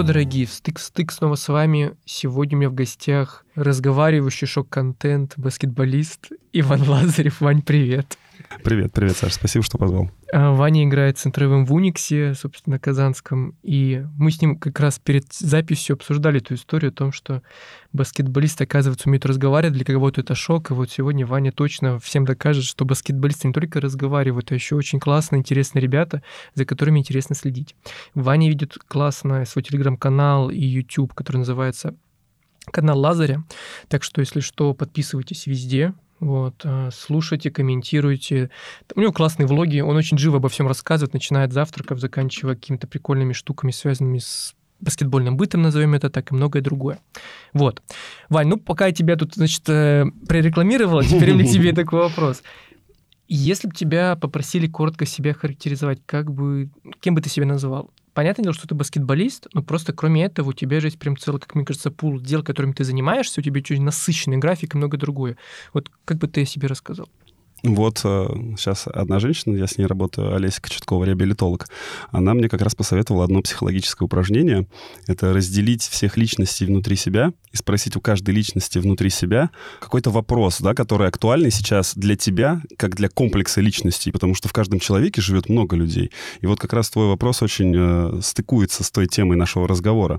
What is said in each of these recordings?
что, дорогие, стык снова с вами. Сегодня у меня в гостях разговаривающий шок-контент, баскетболист Иван Лазарев. Вань, привет. Привет, Саш, спасибо, что позвал. Ваня играет центровым в Униксе, собственно, казанском, и мы с ним как раз перед записью обсуждали эту историю о том, что баскетболисты, оказывается, умеют разговаривать, для кого-то это шок, и вот сегодня Ваня точно всем докажет, что баскетболисты не только разговаривают, а еще очень классные, интересные ребята, за которыми интересно следить. Ваня ведет классно свой телеграм-канал и YouTube, который называется «Канал Лазаря», так что, если что, подписывайтесь везде. Вот, слушайте, комментируйте. У него классные влоги, он очень живо обо всем рассказывает, начиная от завтраков, заканчивая какими-то прикольными штуками, связанными с баскетбольным бытом, назовем это так, и многое другое. Вот. Вань, ну пока я тебя тут, значит, прорекламировала, теперь у меня к тебе такой вопрос. Если бы тебя попросили коротко себя характеризовать, кем бы ты себя называл? Понятное дело, что ты баскетболист, но просто кроме этого у тебя же есть прям целый, как мне кажется, пул дел, которыми ты занимаешься, у тебя очень насыщенный график и многое другое. Вот как бы ты о себе рассказал? Вот сейчас одна женщина, я с ней работаю, Олеся Кочеткова, реабилитолог, она мне как раз посоветовала одно психологическое упражнение. Это разделить всех личностей внутри себя и спросить у каждой личности внутри себя какой-то вопрос, да, который актуальный сейчас для тебя, как для комплекса личностей, потому что в каждом человеке живет много людей. И вот как раз твой вопрос очень стыкуется с той темой нашего разговора.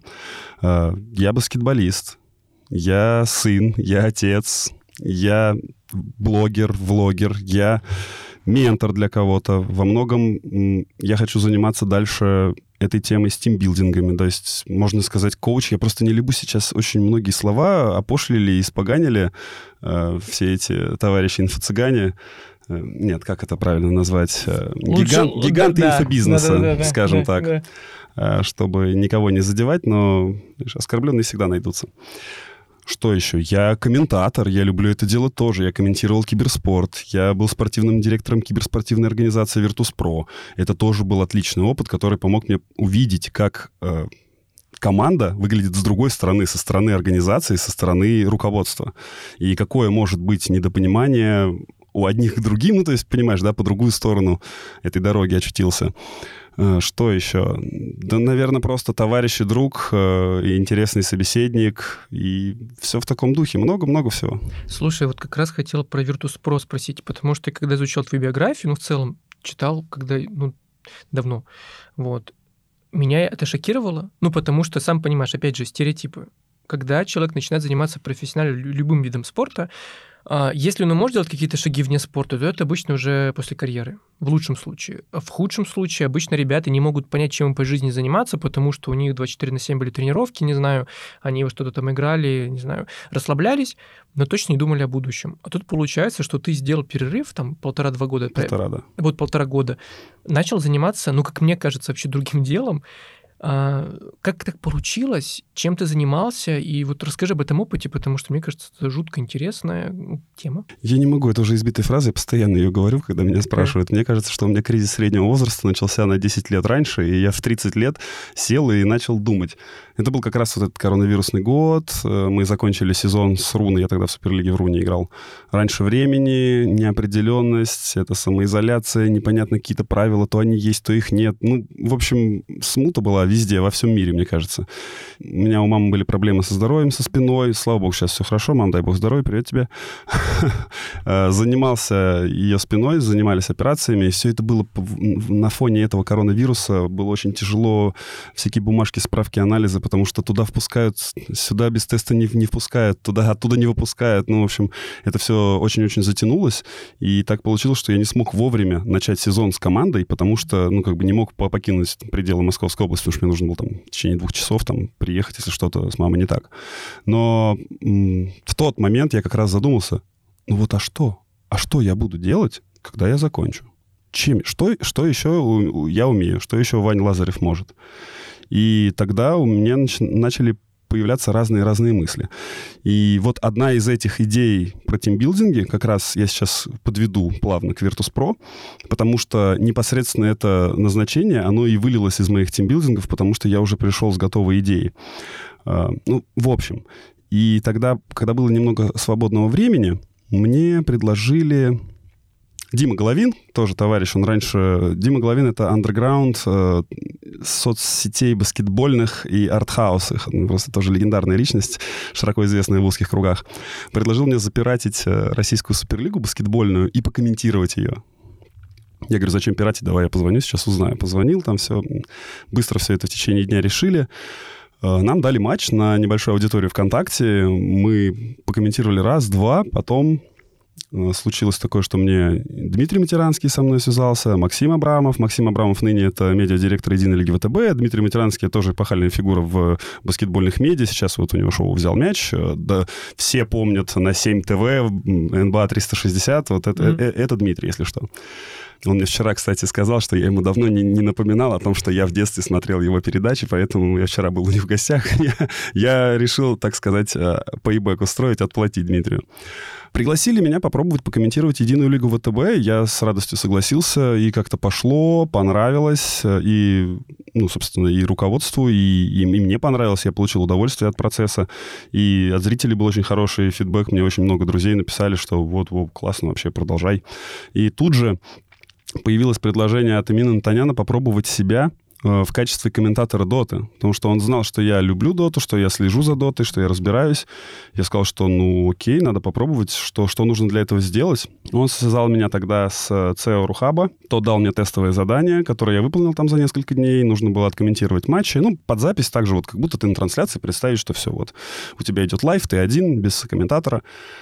Я баскетболист, я сын, я отец, я блогер, влогер, я ментор для кого-то. Во многом я хочу заниматься дальше этой темой с тимбилдингами. То есть, можно сказать, коуч. Я просто не люблю сейчас очень многие слова опошлили и испоганили все эти товарищи инфо-цыгане. Нет, как это правильно назвать? Гиганты инфобизнеса, скажем так. Чтобы никого не задевать, но оскорбленные всегда найдутся. Что еще? Я комментатор, я люблю это дело тоже. Я комментировал киберспорт, я был спортивным директором киберспортивной организации Virtus.pro. Это тоже был отличный опыт, который помог мне увидеть, как команда выглядит с другой стороны, со стороны организации, со стороны руководства. И какое может быть недопонимание у одних к другим, ну, то есть, понимаешь, да, по другую сторону этой дороги очутился. Что еще? Да, наверное, просто товарищ и друг, и интересный собеседник, и все в таком духе. Много-много всего. Слушай, вот как раз хотел про Virtus.pro спросить, потому что я когда изучал твою биографию, ну, в целом, читал, давно, вот, меня это шокировало, потому что, сам понимаешь, опять же, стереотипы. Когда человек начинает заниматься профессионально любым видом спорта, если он может делать какие-то шаги вне спорта, то это обычно уже после карьеры, в лучшем случае. В худшем случае обычно ребята не могут понять, чем им по жизни заниматься, потому что у них 24/7 были тренировки, не знаю, они что-то там играли, не знаю, расслаблялись, но точно не думали о будущем. А тут получается, что ты сделал перерыв, там, 1,5-2 года. Да. Вот 1,5 года. Начал заниматься, как мне кажется, вообще другим делом. Как так получилось? Чем ты занимался? И вот расскажи об этом опыте, потому что, мне кажется, это жутко интересная тема. Я не могу, это уже избитая фраза, я постоянно ее говорю, когда меня спрашивают. Мне кажется, что у меня кризис среднего возраста начался на 10 лет раньше, и я в 30 лет сел и начал думать. Это был как раз вот этот коронавирусный год, мы закончили сезон с Руны, я тогда в Суперлиге в Руне играл. Раньше времени, неопределенность, это самоизоляция, непонятно какие-то правила, то они есть, то их нет. В общем, смута была везде, во всем мире, мне кажется. У меня у мамы были проблемы со здоровьем, со спиной. Слава богу, сейчас все хорошо. Мам, дай бог здоровья, привет тебе. Занимался ее спиной, занимались операциями. И все это было на фоне этого коронавируса. Было очень тяжело. Всякие бумажки, справки, анализы, потому что туда впускают, сюда без теста не впускают, оттуда не выпускают. В общем, это все очень-очень затянулось. И так получилось, что я не смог вовремя начать сезон с командой, потому что, не мог покинуть пределы Московской области, потому что мне нужно было в течение 2 часов приехать, если что-то с мамой не так. Но в тот момент я как раз задумался, а что? А что я буду делать, когда я закончу? Что еще я умею? Что еще Ваня Лазарев может? И тогда у меня начали появляться разные мысли. И вот одна из этих идей про тимбилдинги, как раз я сейчас подведу плавно к Virtus.pro, потому что непосредственно это назначение, оно и вылилось из моих тимбилдингов, потому что я уже пришел с готовой идеей. В общем, и тогда, когда было немного свободного времени, мне предложили Дима Головин, тоже товарищ, он раньше... Дима Головин — это андерграунд соцсетей баскетбольных и артхаусных. Просто тоже легендарная личность, широко известная в узких кругах. Предложил мне запиратить российскую суперлигу баскетбольную и покомментировать ее. Я говорю, зачем пиратить? Давай я позвоню, сейчас узнаю. Позвонил, там все, быстро все это в течение дня решили. Нам дали матч на небольшую аудиторию ВКонтакте. Мы покомментировали раз, два, потом... Случилось такое, что мне Дмитрий Матеранский со мной связался, Максим Абрамов. Максим Абрамов ныне это медиадиректор Единой лиги ВТБ. Дмитрий Матеранский тоже эпохальная фигура в баскетбольных медиа. Сейчас вот у него шоу «Взял мяч». Да, все помнят на 7 ТВ, НБА 360. Вот это Дмитрий, если что. Он мне вчера, кстати, сказал, что я ему давно не напоминал о том, что я в детстве смотрел его передачи, поэтому я вчера был у них в гостях. Я решил, так сказать, пейбэк устроить, отплатить Дмитрию. Пригласили меня попробовать покомментировать Единую лигу ВТБ. Я с радостью согласился, и как-то пошло, понравилось. И, собственно, и руководству, и мне понравилось. Я получил удовольствие от процесса. И от зрителей был очень хороший фидбэк. Мне очень много друзей написали, что вот, классно, вообще продолжай. И тут же появилось предложение от Эмина Натаняна попробовать себя в качестве комментатора доты, потому что он знал, что я люблю доту, что я слежу за дотой, что я разбираюсь. Я сказал, что окей, надо попробовать, что нужно для этого сделать. Он связал меня тогда с CEO Рухаба, тот дал мне тестовое задание, которое я выполнил там за несколько дней, нужно было откомментировать матчи, под запись также вот как будто ты на трансляции представишь, что все, вот у тебя идет лайв, ты один, без комментатора.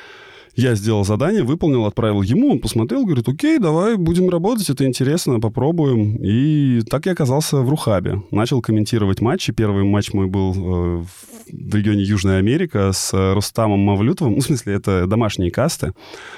Я сделал задание, выполнил, отправил ему, он посмотрел, говорит, окей, давай, будем работать, это интересно, попробуем. И так я оказался в Рухабе. Начал комментировать матчи. Первый матч мой был в регионе Южная Америка с Рустамом Мавлютовым. В смысле, это домашние касты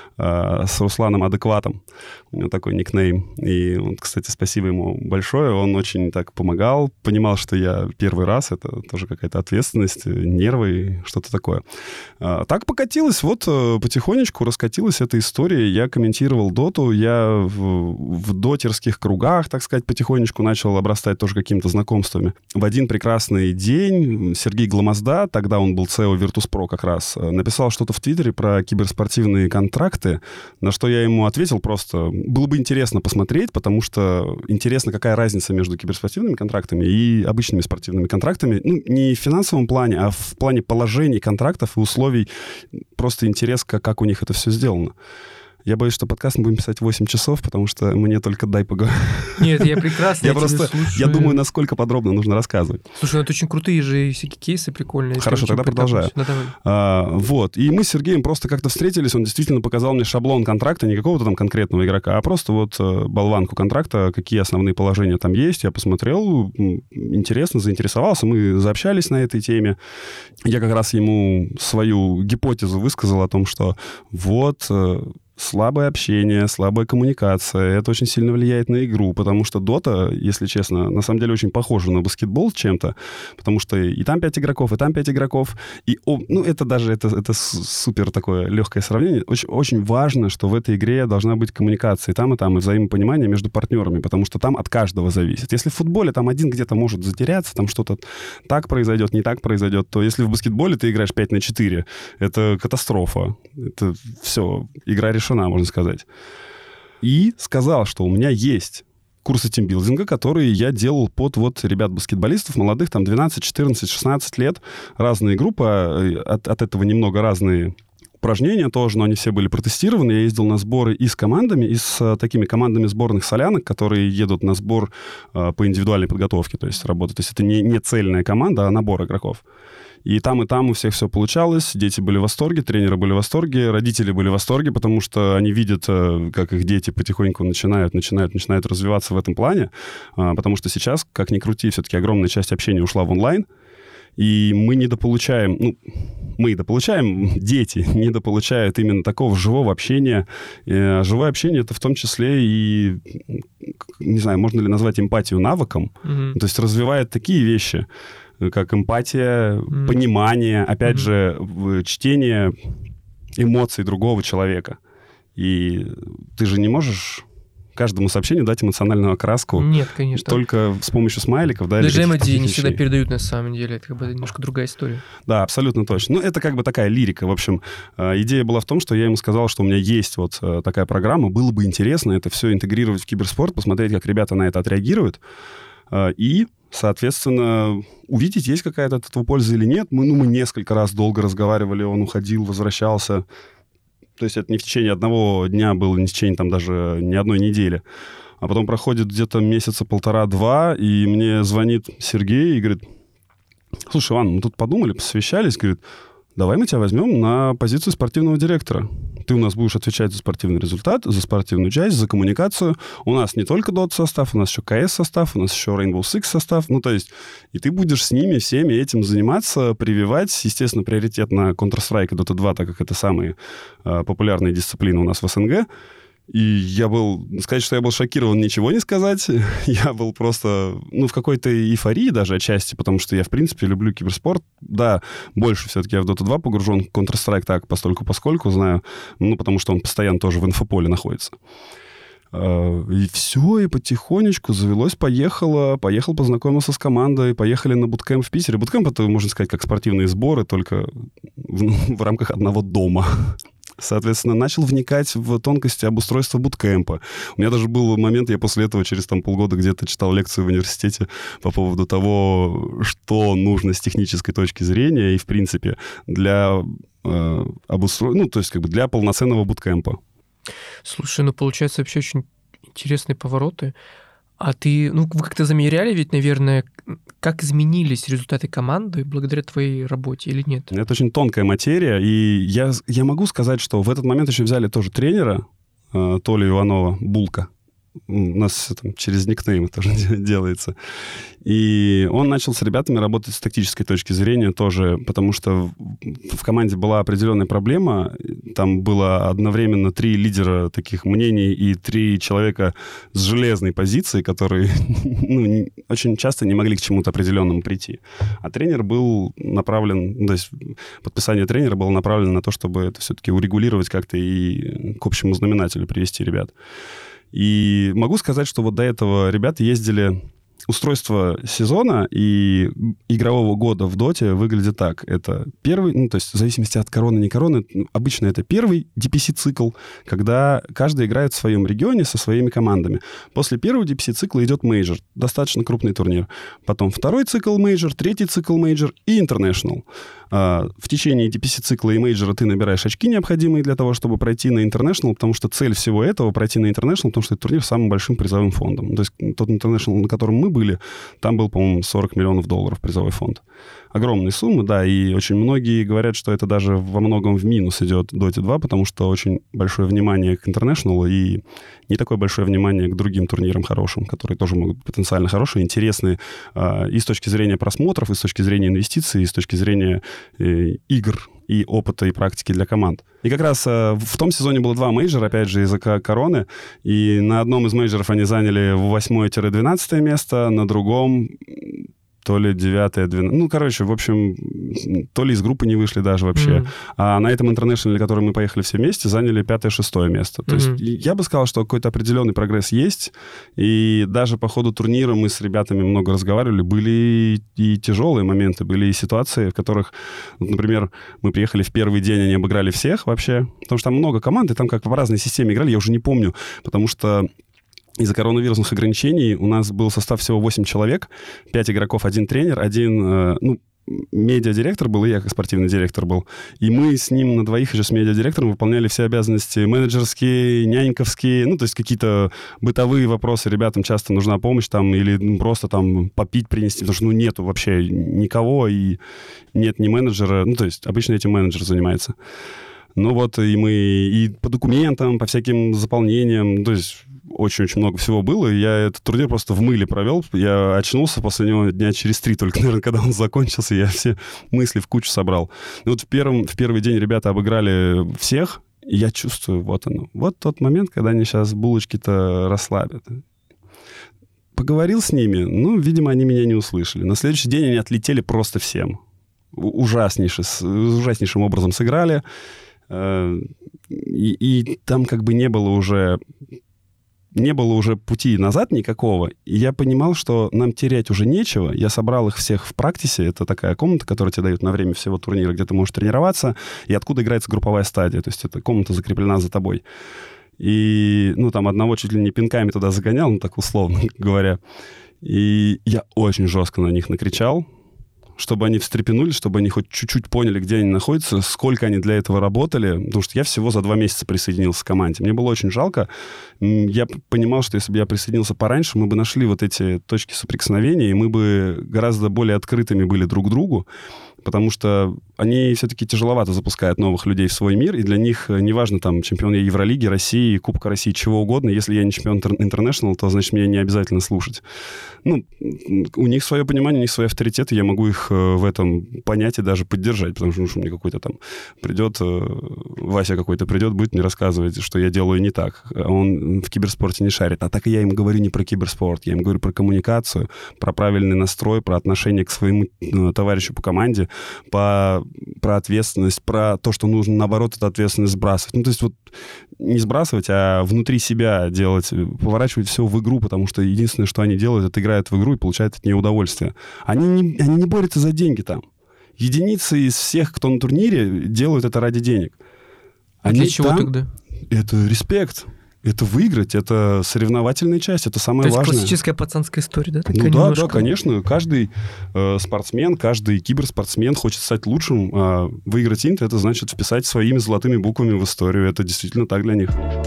с Русланом Адекватом. У него такой никнейм. И, кстати, спасибо ему большое. Он очень так помогал. Понимал, что я первый раз. Это тоже какая-то ответственность, нервы, что-то такое. Так покатилось. Потихонечку раскатилась эта история. Я комментировал доту. Я в дотерских кругах, так сказать, потихонечку начал обрастать тоже какими-то знакомствами. В один прекрасный день Сергей Гламазда, тогда он был CEO Virtus.pro как раз, написал что-то в Твиттере про киберспортивные контракты, на что я ему ответил просто, было бы интересно посмотреть, потому что интересно, какая разница между киберспортивными контрактами и обычными спортивными контрактами. Не в финансовом плане, а в плане положений контрактов и условий. Просто интерес, как у них это все сделано. Я боюсь, что подкаст мы будем писать 8 часов, потому что мне только дай поговорить. Нет, я прекрасно. Я думаю, насколько подробно нужно рассказывать. Слушай, это очень крутые же всякие кейсы прикольные. Хорошо, тогда продолжаю. И мы с Сергеем просто как-то встретились, он действительно показал мне шаблон контракта, не какого-то там конкретного игрока, а просто болванку контракта, какие основные положения там есть. Я посмотрел, интересно, заинтересовался, мы заобщались на этой теме. Я как раз ему свою гипотезу высказал о том, что слабое общение, слабая коммуникация. Это очень сильно влияет на игру, потому что Дота, если честно, на самом деле очень похожа на баскетбол чем-то, потому что и там 5 игроков, и там 5 игроков. И, это супер такое легкое сравнение. Очень, очень важно, что в этой игре должна быть коммуникация и там, и взаимопонимание между партнерами, потому что там от каждого зависит. Если в футболе там один где-то может затеряться, там что-то так произойдет, не так произойдет, то если в баскетболе ты играешь 5-4, это катастрофа. Это все, игра решена, можно сказать. И сказал, что у меня есть курсы тимбилдинга, которые я делал под ребят-баскетболистов, молодых, там 12, 14, 16 лет. Разные группы, от этого немного разные упражнения тоже, но они все были протестированы. Я ездил на сборы и с командами, и с такими командами сборных солянок, которые едут на сбор по индивидуальной подготовке, то есть работают. То есть это не цельная команда, а набор игроков. И там у всех все получалось. Дети были в восторге, тренеры были в восторге, родители были в восторге, потому что они видят, как их дети потихоньку начинают развиваться в этом плане. Потому что сейчас, как ни крути, все-таки огромная часть общения ушла в онлайн. И мы недополучаем, дети недополучают именно такого живого общения. Живое общение — это в том числе и, не знаю, можно ли назвать эмпатию навыком. Mm-hmm. То есть развивает такие вещи, как эмпатия, понимание, опять же, чтение эмоций другого человека. И ты же не можешь каждому сообщению дать эмоциональную окраску. Нет, конечно. Только с помощью смайликов, да, даже эмодзи не всегда передают на самом деле. Это как бы немножко другая история. Да, абсолютно точно. Ну, это как бы такая лирика. В общем, идея была в том, что я ему сказал, что у меня есть вот такая программа, было бы интересно это все интегрировать в киберспорт, посмотреть, как ребята на это отреагируют, и, соответственно, увидеть, есть какая-то от этого польза или нет. Мы несколько раз долго разговаривали, он уходил, возвращался. То есть это не в течение одного дня было, не в течение там даже ни одной недели. А потом проходит где-то месяца 1,5-2, и мне звонит Сергей и говорит: слушай, Иван, мы тут подумали, посовещались, говорит, давай мы тебя возьмем на позицию спортивного директора. Ты у нас будешь отвечать за спортивный результат, за спортивную часть, за коммуникацию. У нас не только Dota состав, у нас еще CS состав, у нас еще Rainbow Six состав. Ну, то есть, и ты будешь с ними всеми этим заниматься, прививать, естественно, приоритет на Counter-Strike и Dota 2, так как это самые популярные дисциплины у нас в СНГ. И сказать, что я был шокирован, ничего не сказать. Я был просто, в какой-то эйфории даже отчасти, потому что я, в принципе, люблю киберспорт. Да, больше все-таки я в Dota 2 погружен, Counter-Strike так, постольку-поскольку знаю, потому что он постоянно тоже в инфополе находится. И все, и потихонечку завелось-поехало. Поехал, познакомился с командой, поехали на буткэмп в Питере. Буткэмп — это, можно сказать, как спортивные сборы, только в рамках одного дома. Соответственно, начал вникать в тонкости обустройства буткэмпа. У меня даже был момент, я после этого через полгода где-то читал лекцию в университете по поводу того, что нужно с технической точки зрения и, в принципе, для то есть как бы для полноценного буткэмпа. Слушай, получается вообще очень интересные повороты. А ты, вы как-то замеряли ведь, наверное, как изменились результаты команды благодаря твоей работе или нет? Это очень тонкая материя, и я могу сказать, что в этот момент еще взяли тоже тренера, Толю Иванова, Булка. У нас через никнейм это тоже делается. И он начал с ребятами работать с тактической точки зрения тоже, потому что в команде была определенная проблема. Там было одновременно 3 лидера таких мнений и 3 человека с железной позицией, которые очень часто не могли к чему-то определенному прийти. А тренер был направлен, то есть подписание тренера было направлено на то, чтобы это все-таки урегулировать как-то и к общему знаменателю привести ребят. И могу сказать, что вот до этого ребята ездили... Устройство сезона и игрового года в Доте выглядит так. Это первый, то есть в зависимости от короны, не короны, обычно это первый DPC-цикл, когда каждый играет в своем регионе со своими командами. После первого DPC-цикла идет мейджор, достаточно крупный турнир. Потом второй цикл мейджор, третий цикл мейджор и интернешнл. В течение DPC-цикла и мейджора ты набираешь очки, необходимые для того, чтобы пройти на интернешнл, потому что цель всего этого — пройти на интернешнл, потому что это турнир с самым большим призовым фондом. То есть тот интернешнл, на котором мы были, там был, по-моему, $40 миллионов призовой фонд. Огромные суммы, да, и очень многие говорят, что это даже во многом в минус идет Dota 2, потому что очень большое внимание к интернешнлу и не такое большое внимание к другим турнирам хорошим, которые тоже могут быть потенциально хорошие, интересные и с точки зрения просмотров, и с точки зрения инвестиций, и с точки зрения игр и опыта, и практики для команд. И как раз в том сезоне было 2 мейджора, опять же, из-за короны, и на одном из мейджоров они заняли 8-12 место, на другом то ли 9-12... в общем, то ли из группы не вышли даже вообще. А на этом интернешнале, на который мы поехали все вместе, заняли 5-6 место. То есть я бы сказал, что какой-то определенный прогресс есть. И даже по ходу турнира мы с ребятами много разговаривали. Были и тяжелые моменты, были и ситуации, в которых, например, мы приехали в первый день, они обыграли всех вообще. Потому что там много команд, и там как в разной системе играли, я уже не помню. Потому что из-за коронавирусных ограничений у нас был состав всего 8 человек, 5 игроков, 1 тренер, 1, медиадиректор был, и я как спортивный директор был. И мы с ним на двоих еще с медиадиректором выполняли все обязанности менеджерские, няньковские, то есть какие-то бытовые вопросы. Ребятам часто нужна помощь там или просто там попить принести, потому что нету вообще никого, и нет ни менеджера, то есть обычно этим менеджер занимается. И мы и по документам, по всяким заполнениям, то есть очень-очень много всего было. Я этот турнир просто в мыле провел. Я очнулся после него дня через 3 только, наверное, когда он закончился. Я все мысли в кучу собрал. И в первый день ребята обыграли всех, и я чувствую, вот оно. Вот тот момент, когда они сейчас булочки-то расслабят. Поговорил с ними, видимо, они меня не услышали. На следующий день они отлетели просто всем. Ужаснейшим образом сыграли. И там как бы не было уже не было уже пути назад никакого, и я понимал, что нам терять уже нечего. Я собрал их всех в практисе. Это такая комната, которую тебе дают на время всего турнира, где ты можешь тренироваться, и откуда играется групповая стадия. То есть эта комната закреплена за тобой. И, там одного чуть ли не пинками туда загонял, так условно говоря. И я очень жестко на них накричал, чтобы они встрепенулись, чтобы они хоть чуть-чуть поняли, где они находятся, сколько они для этого работали. Потому что я всего за 2 месяца присоединился к команде. Мне было очень жалко. Я понимал, что если бы я присоединился пораньше, мы бы нашли вот эти точки соприкосновения, и мы бы гораздо более открытыми были друг к другу. Потому что они все-таки тяжеловато запускают новых людей в свой мир, и для них неважно, там, чемпион я Евролиги, России, Кубка России, чего угодно. Если я не чемпион International, то, значит, меня не обязательно слушать. У них свое понимание, у них свои авторитеты, я могу их в этом понять и даже поддержать, потому что мне какой-то там придет, Вася какой-то придет, будет мне рассказывать, что я делаю не так. Он в киберспорте не шарит. А так и я им говорю не про киберспорт, я им говорю про коммуникацию, про правильный настрой, про отношение к своему товарищу по команде, про ответственность, про то, что нужно, наоборот, эту ответственность сбрасывать. То есть не сбрасывать, а внутри себя делать, поворачивать все в игру, потому что единственное, что они делают, это играют в игру и получают от нее удовольствие. Они не борются за деньги там. Единицы из всех, кто на турнире, делают это ради денег. А для чего тогда? Это респект. Это выиграть, это соревновательная часть, это самое важное. То есть классическая пацанская история, да? Да, конечно. Каждый спортсмен, каждый киберспортсмен хочет стать лучшим. А выиграть инт — это значит вписать своими золотыми буквами в историю. Это действительно так для них.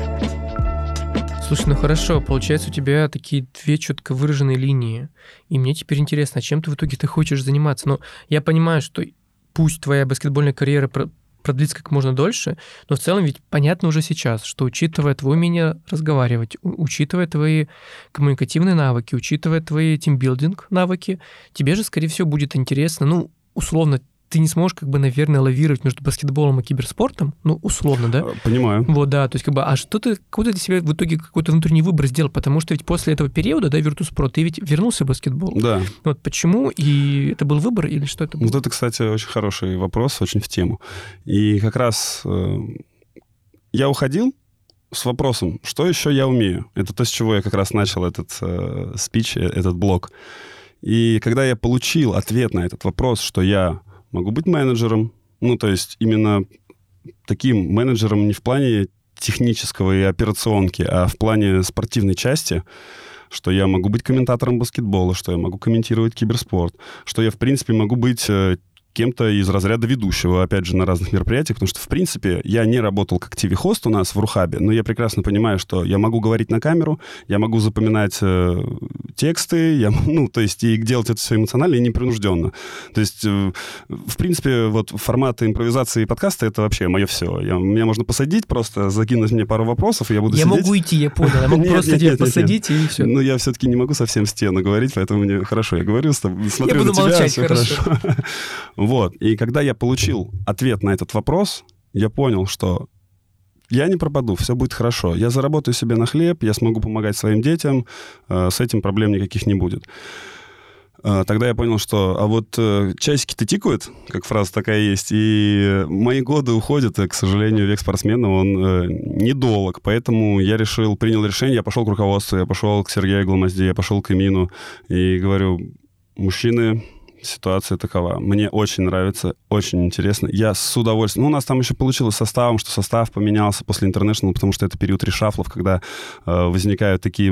Слушай, хорошо, получается, у тебя такие 2 четко выраженные линии. И мне теперь интересно, чем ты в итоге хочешь заниматься? Я понимаю, что пусть твоя баскетбольная карьера продлиться как можно дольше, но в целом ведь понятно уже сейчас, что учитывая твое умение разговаривать, учитывая твои коммуникативные навыки, учитывая твои тимбилдинг навыки, тебе же, скорее всего, будет интересно, условно, ты не сможешь, наверное, лавировать между баскетболом и киберспортом, условно, да? Понимаю. Да, то есть, что ты, какой-то для себя в итоге какой-то внутренний выбор сделал, потому что ведь после этого периода, да, Virtus.pro, ты ведь вернулся в баскетбол. Да. Почему? И это был выбор или что это было? Это, кстати, очень хороший вопрос, очень в тему. И как раз я уходил с вопросом, что еще я умею? Это то, с чего я как раз начал этот спич, этот блог. И когда я получил ответ на этот вопрос, что я могу быть менеджером, то есть именно таким менеджером не в плане технического и операционки, а в плане спортивной части, что я могу быть комментатором баскетбола, что я могу комментировать киберспорт, что я, в принципе, могу быть кем-то из разряда ведущего, опять же, на разных мероприятиях, потому что, в принципе, я не работал как ТВ-хост у нас в Рухабе, но я прекрасно понимаю, что я могу говорить на камеру, я могу запоминать тексты, то есть и делать это все эмоционально и непринужденно. То есть, в принципе, формат импровизации и подкаста — это вообще мое все. Меня можно посадить, просто закинуть мне пару вопросов, и я буду сидеть. Я могу идти, я понял. Я могу просто тебя посадить, и все. Но я все-таки не могу совсем в стену говорить, поэтому мне хорошо, я говорю, смотрю я буду на тебя, молчать, все хорошо. И когда я получил ответ на этот вопрос, я понял, что я не пропаду, все будет хорошо. Я заработаю себе на хлеб, я смогу помогать своим детям, с этим проблем никаких не будет. Тогда я понял, что часики-то тикают, как фраза такая есть, и мои годы уходят, и, к сожалению, век спортсмена, он недолг. Поэтому я принял решение, я пошел к руководству, я пошел к Сергею Гламазде, я пошел к Эмину и говорю: мужчины, ситуация такова. Мне очень нравится, очень интересно. Я с удовольствием... У нас там еще получилось с составом, что состав поменялся после International, потому что это период решафлов, когда возникают такие...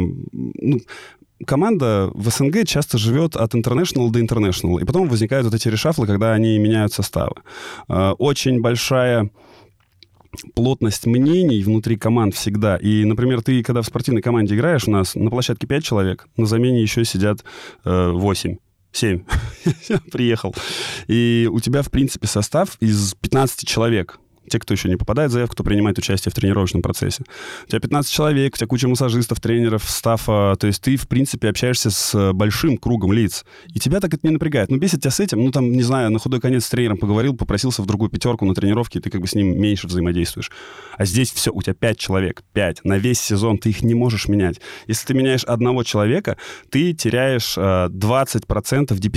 команда в СНГ часто живет от International до International, и потом возникают эти решафлы, когда они меняют составы. Очень большая плотность мнений внутри команд всегда. И, например, ты, когда в спортивной команде играешь, у нас на площадке 5 человек, на замене еще сидят 8. 7. Приехал. И у тебя, в принципе, состав из 15 человек. Те, кто еще не попадает в заявку, кто принимает участие в тренировочном процессе. У тебя 15 человек, у тебя куча массажистов, тренеров, стафа. То есть ты, в принципе, общаешься с большим кругом лиц. И тебя так это не напрягает. Бесит тебя с этим, не знаю, на худой конец с тренером поговорил, попросился в другую пятерку на тренировке, и ты с ним меньше взаимодействуешь. А здесь все, у тебя 5 человек, 5. На весь сезон ты их не можешь менять. Если ты меняешь одного человека, ты теряешь 20% DPC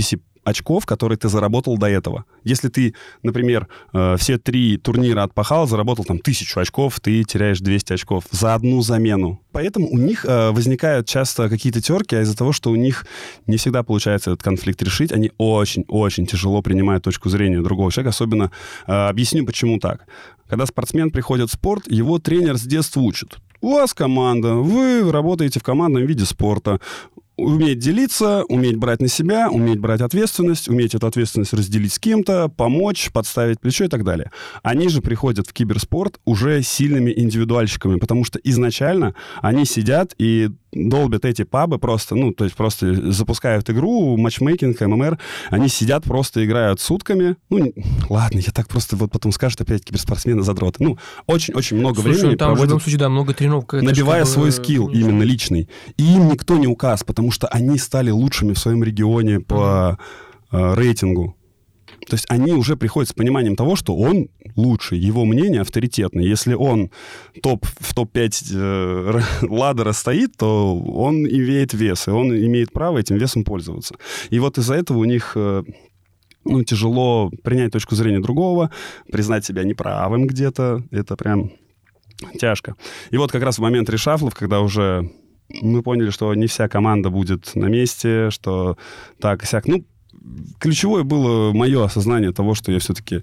очков, которые ты заработал до этого. Если ты, например, все 3 турнира отпахал, заработал там 1000 очков, ты теряешь 200 очков за одну замену. Поэтому у них возникают часто какие-то терки, а из-за того, что у них не всегда получается этот конфликт решить, они очень-очень тяжело принимают точку зрения другого человека. Особенно объясню, почему так. Когда спортсмен приходит в спорт, его тренер с детства учит. У вас команда, вы работаете в командном виде спорта. Уметь делиться, уметь брать на себя, уметь брать ответственность, уметь эту ответственность разделить с кем-то, помочь, подставить плечо и так далее. Они же приходят в киберспорт уже сильными индивидуальщиками, потому что изначально они сидят и долбят эти пабы просто, то есть просто запускают игру, матчмейкинг, ММР, они сидят, просто играют сутками. Ладно, я так просто вот потом скажут опять киберспортсмены задроты. Очень-очень много времени там проводят, в любом случае, много тренировок. набивая свой скилл именно личный. И им никто не указ, потому что они стали лучшими в своем регионе по рейтингу. То есть они уже приходят с пониманием того, что он лучший, его мнение авторитетное. Если он в топ-5 ладдера стоит, то он имеет вес, и он имеет право этим весом пользоваться. И вот из-за этого у них тяжело принять точку зрения другого, признать себя неправым где-то. Это прям тяжко. И вот как раз в момент решафлов, когда уже мы поняли, что не вся команда будет на месте, что так и сяк. Ключевое было мое осознание того, что я все-таки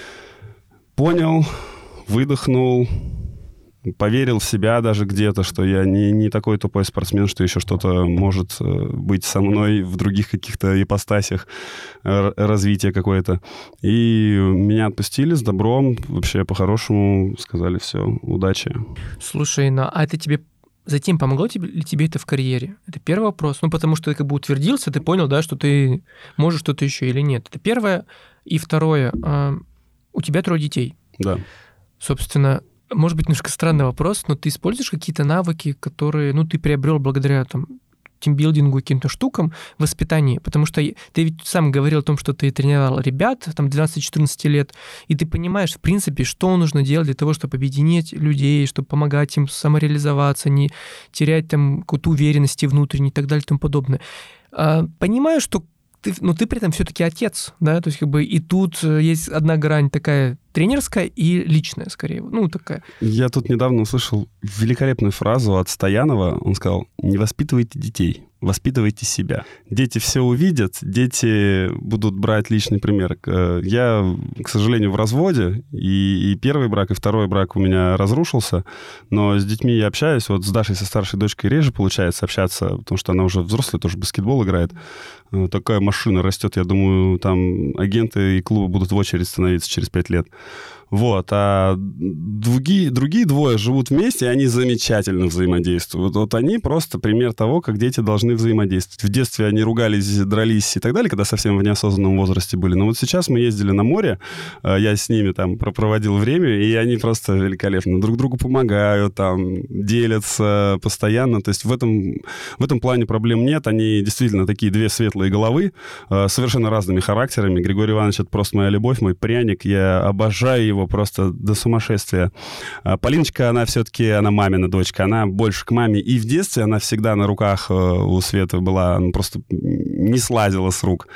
понял, выдохнул, поверил в себя даже где-то, что я не такой тупой спортсмен, что еще что-то может быть со мной в других каких-то ипостасях развития какое-то. И меня отпустили с добром, вообще по-хорошему сказали все, удачи. Слушай, а это тебе затем помогло ли тебе это в карьере? Это первый вопрос. Потому что ты как бы утвердился, ты понял, да, что ты можешь что-то еще или нет. Это первое. И второе. У тебя 3 детей. Да. Собственно, может быть, немножко странный вопрос, но ты используешь какие-то навыки, которые, ты приобрел благодаря тимбилдингу и каким-то штукам в воспитании? Потому что ты ведь сам говорил о том, что ты тренировал ребят 12-14 лет, и ты понимаешь, в принципе, что нужно делать для того, чтобы объединить людей, чтобы помогать им самореализоваться, не терять какую-то уверенность внутренней и так далее и тому подобное. Понимаю, что ты при этом все-таки отец, да, то есть и тут есть одна грань такая тренерская и личная, скорее, такая. Я тут недавно услышал великолепную фразу от Стоянова. Он сказал: не воспитывайте детей, воспитывайте себя. Дети все увидят, дети будут брать личный пример. Я, к сожалению, в разводе, и первый брак, и второй брак у меня разрушился, но с детьми я общаюсь. Вот с Дашей, со старшей дочкой, реже получается общаться, потому что она уже взрослая, тоже в баскетбол играет. Такая машина растет, я думаю, там агенты и клубы будут в очередь становиться через 5 лет. Вот, а другие 2 живут вместе, и они замечательно взаимодействуют. Вот они просто пример того, как дети должны взаимодействовать. В детстве они ругались, дрались и так далее, когда совсем в неосознанном возрасте были. Но вот сейчас мы ездили на море, я с ними там проводил время, и они просто великолепно друг другу помогают, делятся постоянно. То есть в этом плане проблем нет. Они действительно такие 2 светлые головы, совершенно разными характерами. Григорий Иванович — это просто моя любовь, мой пряник. Я обожаю его просто до сумасшествия. Полиночка, она все-таки, она мамина дочка, она больше к маме. И в детстве она всегда на руках у Светы была, она просто не слазила с рук.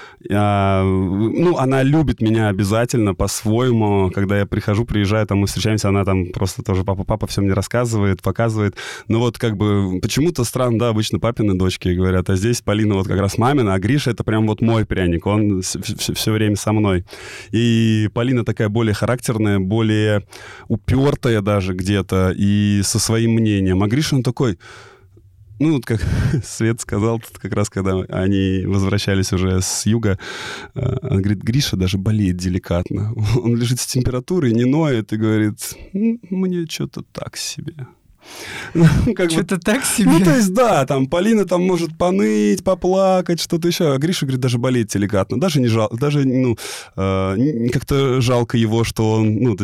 Она любит меня обязательно по-своему. Когда я приезжаю, мы встречаемся, она там просто тоже папа все мне рассказывает, показывает. Но вот почему-то странно, да, обычно папины дочки говорят, а здесь Полина вот как раз мамина, а Гриша — это прям вот мой пряник, он все время со мной. И Полина такая более характерная, более упертая даже где-то и со своим мнением. А Гриша, он такой... как Свет сказал, как раз когда они возвращались уже с юга, он говорит: Гриша даже болеет деликатно. Он лежит с температурой, не ноет и говорит: мне что-то так себе. Что-то так себе? То есть, да, Полина может поныть, поплакать, что-то еще. А Гриша, говорит, даже болеет деликатно. Даже не как-то жалко его, что он, то есть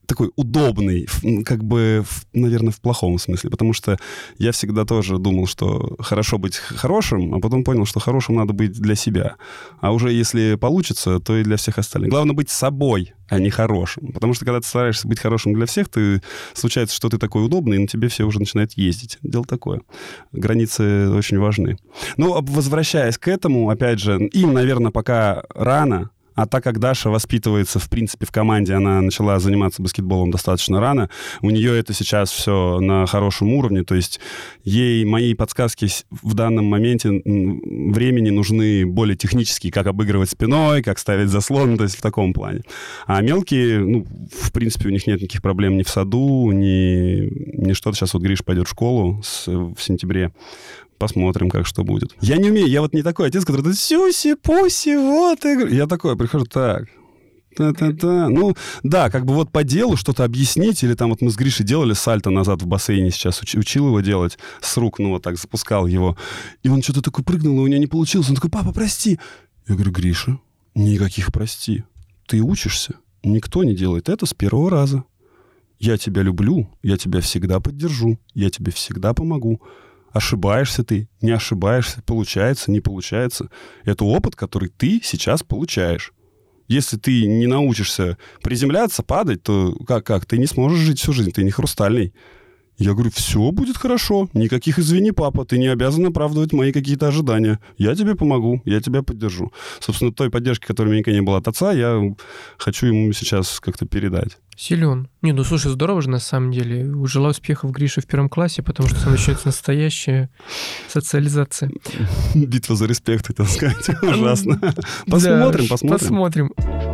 такой удобный, как бы, наверное, в плохом смысле, потому что я всегда тоже думал, что хорошо быть хорошим, а потом понял, что хорошим надо быть для себя. А уже если получится, то и для всех остальных. Главное быть собой, а не хорошим. Потому что когда ты стараешься быть хорошим для всех, случается, что ты такой удобный, и на тебе все уже начинают ездить. Дело такое. Границы очень важны. Ну, возвращаясь к этому, опять же, им, наверное, пока рано. А так как Даша воспитывается, в принципе, в команде, она начала заниматься баскетболом достаточно рано, у нее это сейчас все на хорошем уровне, то есть ей мои подсказки в данном моменте времени нужны более технические, как обыгрывать спиной, как ставить заслон, то есть в таком плане. А мелкие, ну, в принципе, у них нет никаких проблем ни в саду, ни что-то. Сейчас вот Гриш пойдет в школу в сентябре. Посмотрим, как что будет. Я не умею, я вот не такой отец, который сюси-пуси, вот. Я такой, прихожу, так, та-та-та. Ну, да, как бы вот по делу что-то объяснить, или там вот мы с Гришей делали сальто назад в бассейне сейчас, учил его делать с рук, ну вот так запускал его. И он что-то такой прыгнул, и у него не получилось. Он такой, папа, прости. Я говорю, Гриша, никаких прости. Ты учишься, никто не делает это с первого раза. Я тебя люблю, я тебя всегда поддержу, я тебе всегда помогу. Ошибаешься ты, не ошибаешься, получается, не получается. Это опыт, который ты сейчас получаешь. Если ты не научишься приземляться, падать, то как? Ты не сможешь жить всю жизнь, ты не хрустальный. Я говорю, все будет хорошо, никаких извини, папа, ты не обязан оправдывать мои какие-то ожидания. Я тебе помогу, я тебя поддержу. Собственно, той поддержки, которой у меня никогда не было от отца, я хочу ему сейчас как-то передать. Силен. Не, ну слушай, здорово же на самом деле. Желаю успехов Грише в 1 классе, потому что там начнется настоящая социализация. Битва за респект, хотел сказать. Ужасно. Посмотрим.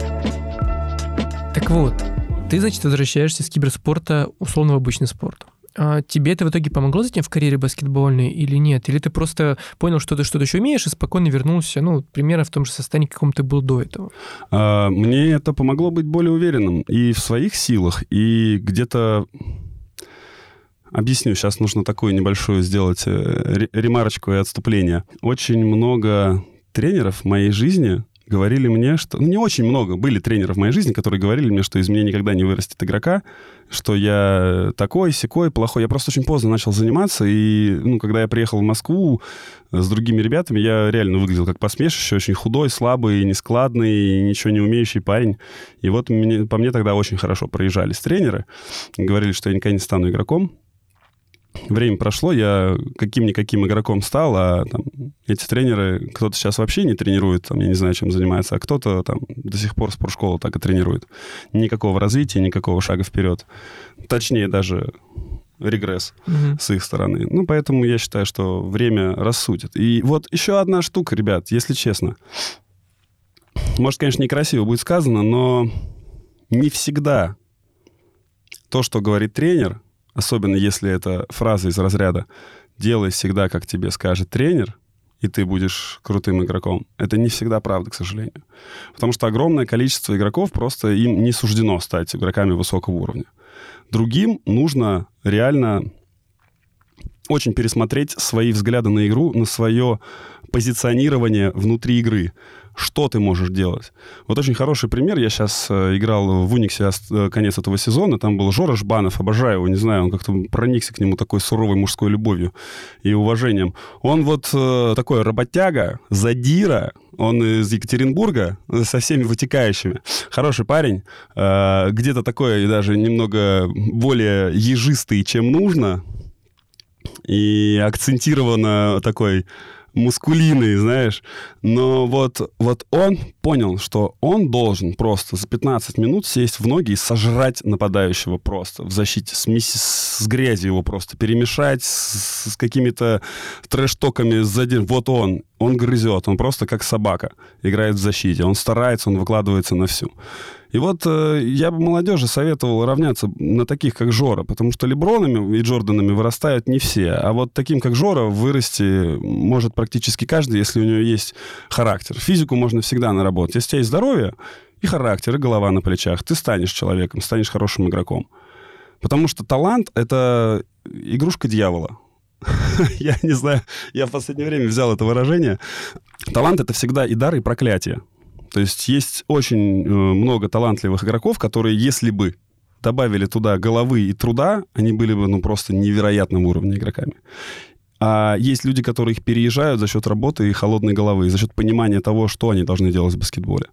Так вот, ты, значит, возвращаешься с киберспорта условно в обычный спорт. А тебе это в итоге помогло затем в карьере баскетбольной или нет? Или ты просто понял, что ты что-то еще умеешь и спокойно вернулся, ну, примерно в том же состоянии, каком ты был до этого? Мне это помогло быть более уверенным и в своих силах, и где-то... Объясню, сейчас нужно такую небольшую сделать ремарочку и отступление. Очень много тренеров в моей жизни говорили мне, что... Ну, не очень много были тренеров в моей жизни, которые говорили мне, что из меня никогда не вырастет игрока, что я такой, сякой, плохой. Я просто очень поздно начал заниматься, и, ну, когда я приехал в Москву с другими ребятами, я реально выглядел как посмешище, очень худой, слабый, нескладный, ничего не умеющий парень. И вот по мне тогда очень хорошо проезжались тренеры, говорили, что я никогда не стану игроком. Время прошло, я каким-никаким игроком стал, а там, эти тренеры, кто-то сейчас вообще не тренирует, там, я не знаю, чем занимается, а кто-то там до сих пор спортшколу так и тренирует. Никакого развития, никакого шага вперед. Точнее, даже регресс с их стороны. Ну, поэтому я считаю, что время рассудит. И вот еще одна штука, ребят, если честно. Может, конечно, некрасиво будет сказано, но не всегда то, что говорит тренер, особенно если это фраза из разряда «делай всегда, как тебе скажет тренер», и ты будешь крутым игроком. Это не всегда правда, к сожалению. Потому что огромное количество игроков просто им не суждено стать игроками высокого уровня. Другим нужно реально очень пересмотреть свои взгляды на игру, на свое позиционирование внутри игры. Что ты можешь делать? Вот очень хороший пример. Я сейчас играл в Униксе конец этого сезона. Там был Жора Жбанов. Обожаю его. Не знаю, он как-то проникся к нему такой суровой мужской любовью и уважением. Он вот такой работяга, задира. Он из Екатеринбурга со всеми вытекающими. Хороший парень. Где-то такой даже немного более ежистый, чем нужно. И акцентированно такой... мускулиный, знаешь. Но вот он понял, что он должен просто за 15 минут сесть в ноги и сожрать нападающего просто в защите, с грязью его просто перемешать, с какими-то трэш-токами сзади. Вот он грызет, он просто как собака играет в защите. Он старается, он выкладывается на всю. И вот я бы молодежи советовал равняться на таких, как Жора, потому что Лебронами и Джорданами вырастают не все, а вот таким, как Жора, вырасти может практически каждый, если у него есть характер. Физику можно всегда наработать. Если у тебя есть здоровье и характер, и голова на плечах, ты станешь человеком, станешь хорошим игроком. Потому что талант — это игрушка дьявола. Я не знаю, я в последнее время взял это выражение. Талант — это всегда и дар, и проклятие. То есть очень много талантливых игроков, которые, если бы добавили туда головы и труда, они были бы, ну, просто невероятного уровня игроками. А есть люди, которые их переезжают за счет работы и холодной головы, за счет понимания того, что они должны делать в баскетболе.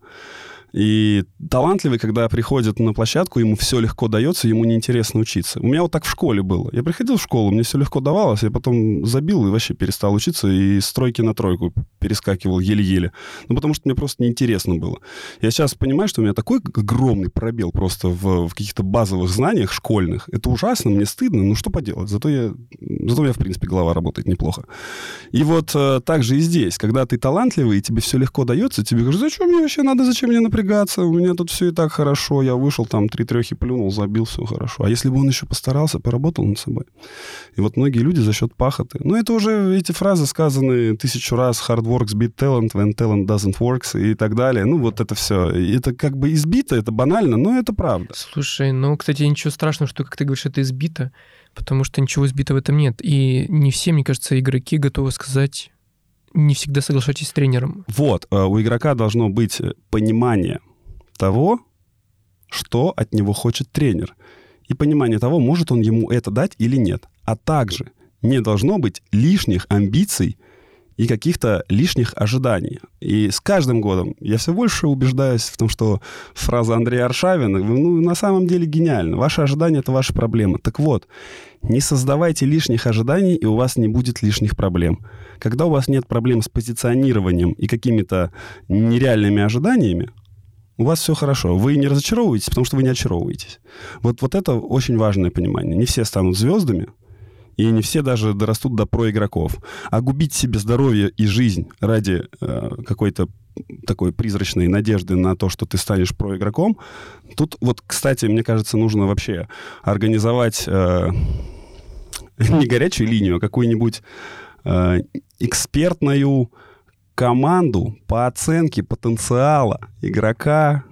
И талантливый, когда приходит на площадку, ему все легко дается, ему неинтересно учиться. У меня вот так в школе было. Я приходил в школу, мне все легко давалось, я потом забил и вообще перестал учиться, и с тройки на тройку перескакивал еле-еле. Ну, потому что мне просто неинтересно было. Я сейчас понимаю, что у меня такой огромный пробел просто в каких-то базовых знаниях школьных. Это ужасно, мне стыдно, ну что поделать. Зато у меня, в принципе, голова работает неплохо. И вот так же и здесь. Когда ты талантливый, и тебе все легко дается, тебе говорят, зачем мне вообще надо, зачем мне напрягаться? У меня тут все и так хорошо. Я вышел, там 3 трехи плюнул, забил, все хорошо. А если бы он еще постарался, поработал над собой? И вот многие люди за счет пахоты. Ну, это уже эти фразы сказаны 1000 раз. Hard works beat talent when talent doesn't work и так далее. Ну, вот это все. Это как бы избито, это банально, но это правда. Слушай, ну, кстати, ничего страшного, что, как ты говоришь, это избито, потому что ничего избитого в этом нет. И не все, мне кажется, игроки готовы сказать... Не всегда соглашайтесь с тренером. Вот, у игрока должно быть понимание того, что от него хочет тренер. И понимание того, может он ему это дать или нет. А также не должно быть лишних амбиций и каких-то лишних ожиданий. И с каждым годом я все больше убеждаюсь в том, что фраза Андрея Аршавина, ну, на самом деле гениальна. Ваши ожидания — это ваши проблемы. Так вот, не создавайте лишних ожиданий, и у вас не будет лишних проблем. Когда у вас нет проблем с позиционированием и какими-то нереальными ожиданиями, у вас все хорошо. Вы не разочаровываетесь, потому что вы не очаровываетесь. Вот это очень важное понимание. Не все станут звездами, и не все даже дорастут до проигроков. А губить себе здоровье и жизнь ради какой-то такой призрачной надежды на то, что ты станешь проигроком, тут вот, кстати, мне кажется, нужно вообще организовать не горячую линию, а какую-нибудь экспертную команду по оценке потенциала игрока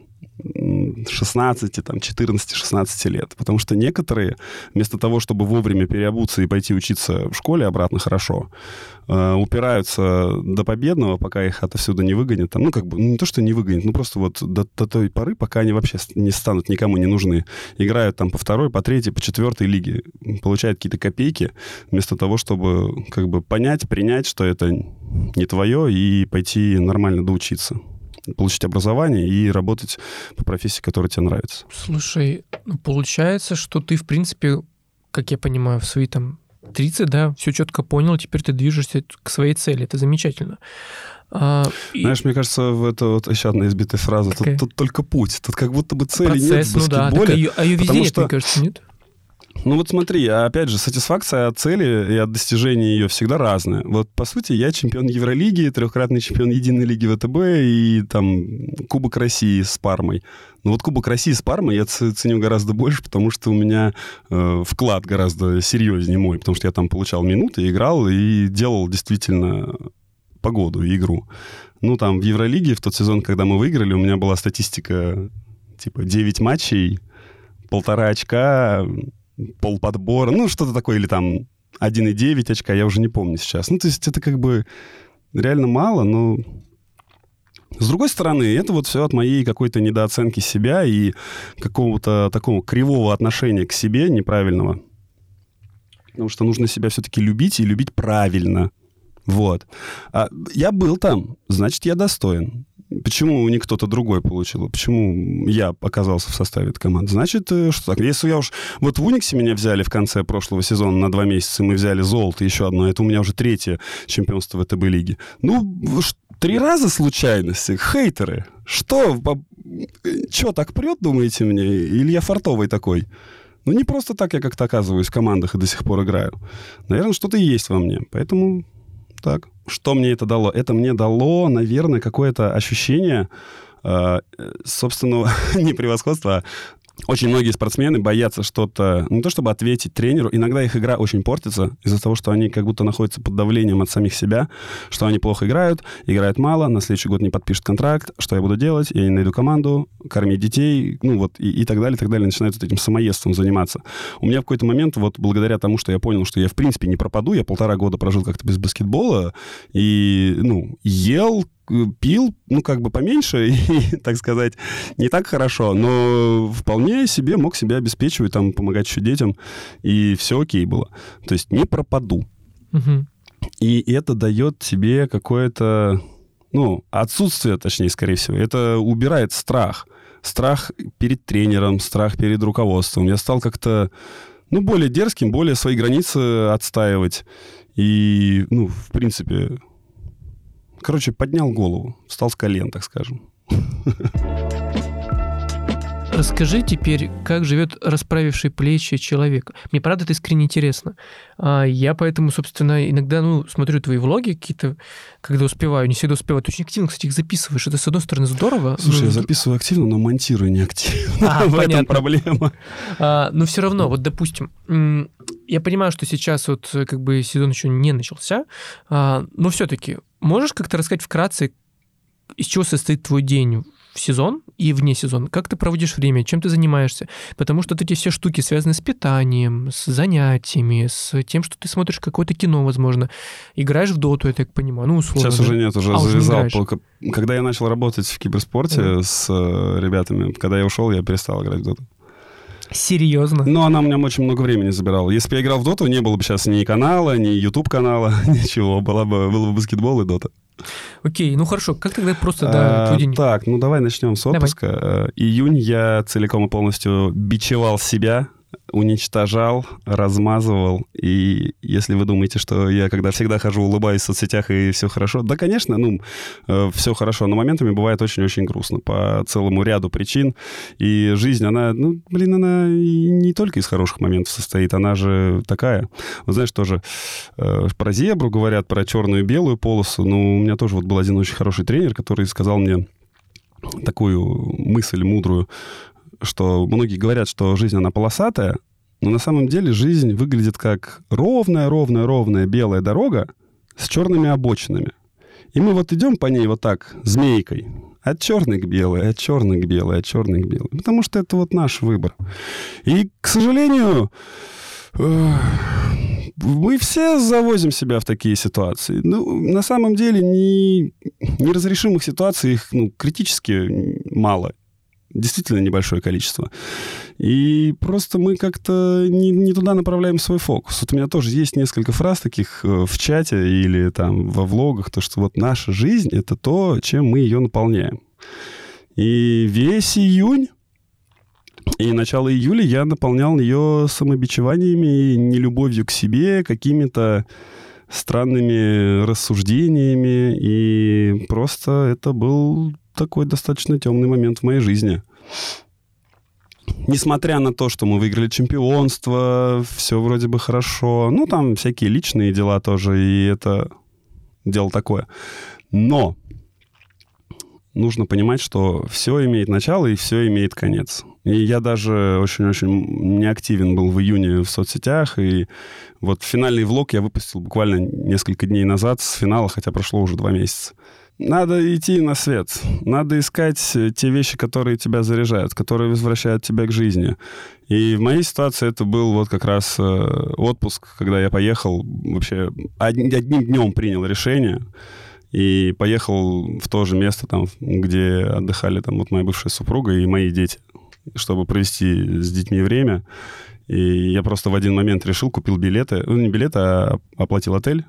16, там, 14-16 лет. Потому что некоторые, вместо того, чтобы вовремя переобуться и пойти учиться в школе обратно хорошо, упираются до победного, пока их отовсюду не выгонят. Ну, как бы, не то, что не выгонят, ну, просто вот до той поры, пока они вообще не станут никому не нужны. Играют там по 2-й, по 3-й, по 4-й лиге. Получают какие-то копейки, вместо того, чтобы как бы понять, принять, что это не твое, и пойти нормально доучиться. Получить образование и работать по профессии, которая тебе нравится. Слушай, получается, что ты, в принципе, как я понимаю, в свои там 30, да, все четко понял, теперь ты движешься к своей цели. Это замечательно. Знаешь, мне кажется, это вот еще одна избитая фраза. Тут только путь. Тут как будто бы цели процесс, нет в баскетболе. Да, а ее везде нет, мне кажется, нет? Ну вот смотри, опять же, сатисфакция от цели и от достижения ее всегда разная. Вот, по сути, я чемпион Евролиги, 3-кратный чемпион Единой лиги ВТБ и там Кубок России с Пармой. Но вот Кубок России с Пармой я ценю гораздо больше, потому что у меня вклад гораздо серьезнее мой, потому что я там получал минуты, играл и делал действительно погоду и игру. Ну, там в Евролиге в тот сезон, когда мы выиграли, у меня была статистика типа 9 матчей, 1,5 очка, полподбора, ну, что-то такое, или там 1,9 очка, я уже не помню сейчас. Ну, то есть это как бы реально мало, но... С другой стороны, это вот все от моей какой-то недооценки себя и какого-то такого кривого отношения к себе неправильного. Потому что нужно себя все-таки любить и любить правильно. Вот. А я был там, значит, я достоин. Почему не кто-то другой получил? Почему я оказался в составе этой команды? Значит, что так? Если я уж... Вот в Униксе меня взяли в конце прошлого сезона на 2 месяца, мы взяли золото, еще одно. Это у меня уже 3-е чемпионство ВТБ-лиги. Ну, 3 раза случайности. Хейтеры. Что так прет, думаете мне? Или я фартовый такой? Ну, не просто так я как-то оказываюсь в командах и до сих пор играю. Наверное, что-то есть во мне. Поэтому... Так. Что мне это дало? Это мне дало, наверное, какое-то ощущение собственного не превосходства, а очень многие спортсмены боятся что-то, не то чтобы ответить тренеру, иногда их игра очень портится из-за того, что они как будто находятся под давлением от самих себя, что они плохо играют мало, на следующий год не подпишут контракт, что я буду делать, я не найду команду, кормить детей, ну вот и так далее, начинают вот этим самоедством заниматься. У меня в какой-то момент, вот благодаря тому, что я понял, что я в принципе не пропаду, я 1,5 года прожил как-то без баскетбола и, ну, ел, пил, поменьше, и, так сказать, не так хорошо, но вполне себе мог себя обеспечивать, там, помогать еще детям, и все окей было. То есть не пропаду. Угу. И это дает тебе какое-то, отсутствие, точнее, скорее всего. Это убирает страх. Страх перед тренером, страх перед руководством. Я стал как-то, более дерзким, более свои границы отстаивать. И, в принципе... поднял голову, встал с колен, так скажем. Расскажи теперь, как живет расправивший плечи человек. Мне правда это искренне интересно. Я поэтому, собственно, иногда, смотрю твои влоги какие-то, когда успеваю, не всегда успеваю. Ты очень активно, кстати, их записываешь. Это, с одной стороны, здорово. Слушай, я записываю активно, но монтирую не активно. В этом проблема. Но все равно, вот, допустим, я понимаю, что сейчас сезон еще не начался, но все-таки можешь как-то рассказать вкратце, из чего состоит твой день в сезон и вне сезона? Как ты проводишь время? Чем ты занимаешься? Потому что эти все штуки связаны с питанием, с занятиями, с тем, что ты смотришь какое-то кино, возможно. Играешь в доту, я так понимаю. Условно. Сейчас уже нет, уже завязал. Когда я начал работать в киберспорте с ребятами, когда я ушел, я перестал играть в доту. Серьезно? Она у меня очень много времени забирала. Если бы я играл в доту, не было бы сейчас ни канала, ни YouTube-канала, ничего. Был бы баскетбол и дота. Окей, хорошо. Как тогда просто твой день? Так, давай начнем с отпуска. Июнь я целиком и полностью бичевал себя, уничтожал, размазывал. И если вы думаете, что я когда всегда хожу, улыбаюсь в соцсетях и все хорошо, да, конечно, все хорошо, но моментами бывает очень-очень грустно по целому ряду причин. И жизнь, она, она не только из хороших моментов состоит, она же такая. Вот знаешь, тоже про зебру говорят, про черную и белую полосу. У меня тоже был один очень хороший тренер, который сказал мне такую мысль мудрую, что многие говорят, что жизнь, она полосатая, но на самом деле жизнь выглядит как ровная белая дорога с черными обочинами. И мы идем по ней так, змейкой, от черной к белой, от черной к белой, от черной к белой. Потому что это наш выбор. И, к сожалению, мы все завозим себя в такие ситуации. На самом деле неразрешимых ситуаций их критически мало. Действительно небольшое количество. И просто мы как-то не туда направляем свой фокус. У меня тоже есть несколько фраз таких в чате или там во влогах, то, что наша жизнь — это то, чем мы ее наполняем. И весь июнь и начало июля я наполнял ее самобичеваниями, нелюбовью к себе, какими-то странными рассуждениями. И просто это был такой достаточно темный момент в моей жизни. Несмотря на то, что мы выиграли чемпионство, все вроде бы хорошо. Там всякие личные дела тоже, и это дело такое. Но нужно понимать, что все имеет начало и все имеет конец. И я даже очень-очень неактивен был в июне в соцсетях, и финальный влог я выпустил буквально несколько дней назад с финала, хотя прошло уже 2 месяца. Надо идти на свет. Надо искать те вещи, которые тебя заряжают, которые возвращают тебя к жизни. И в моей ситуации это был как раз отпуск, когда я поехал, вообще одним днем принял решение и поехал в то же место, там, где отдыхали моя бывшая супруга и мои дети, чтобы провести с детьми время. И я просто в один момент решил, купил билеты, не билеты, а оплатил отель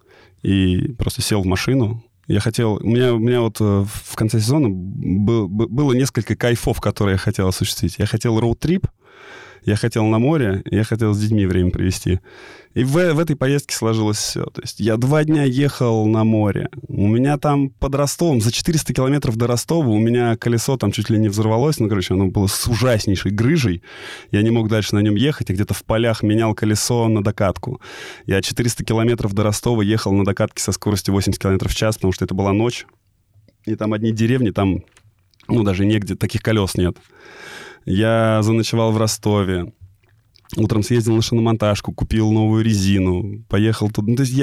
и просто сел в машину. Я хотел... У меня в конце сезона было несколько кайфов, которые я хотел осуществить. Я хотел роуд-трип, я хотел на море, я хотел с детьми время провести. И в этой поездке сложилось все. То есть я 2 дня ехал на море. У меня там под Ростовом, за 400 километров до Ростова, у меня колесо там чуть ли не взорвалось. Оно было с ужаснейшей грыжей. Я не мог дальше на нем ехать. Я где-то в полях менял колесо на докатку. Я 400 километров до Ростова ехал на докатке со скоростью 80 километров в час, потому что это была ночь. И там одни деревни, там, даже негде, таких колес нет. Я заночевал в Ростове. Утром съездил на шиномонтажку, купил новую резину, поехал туда. То есть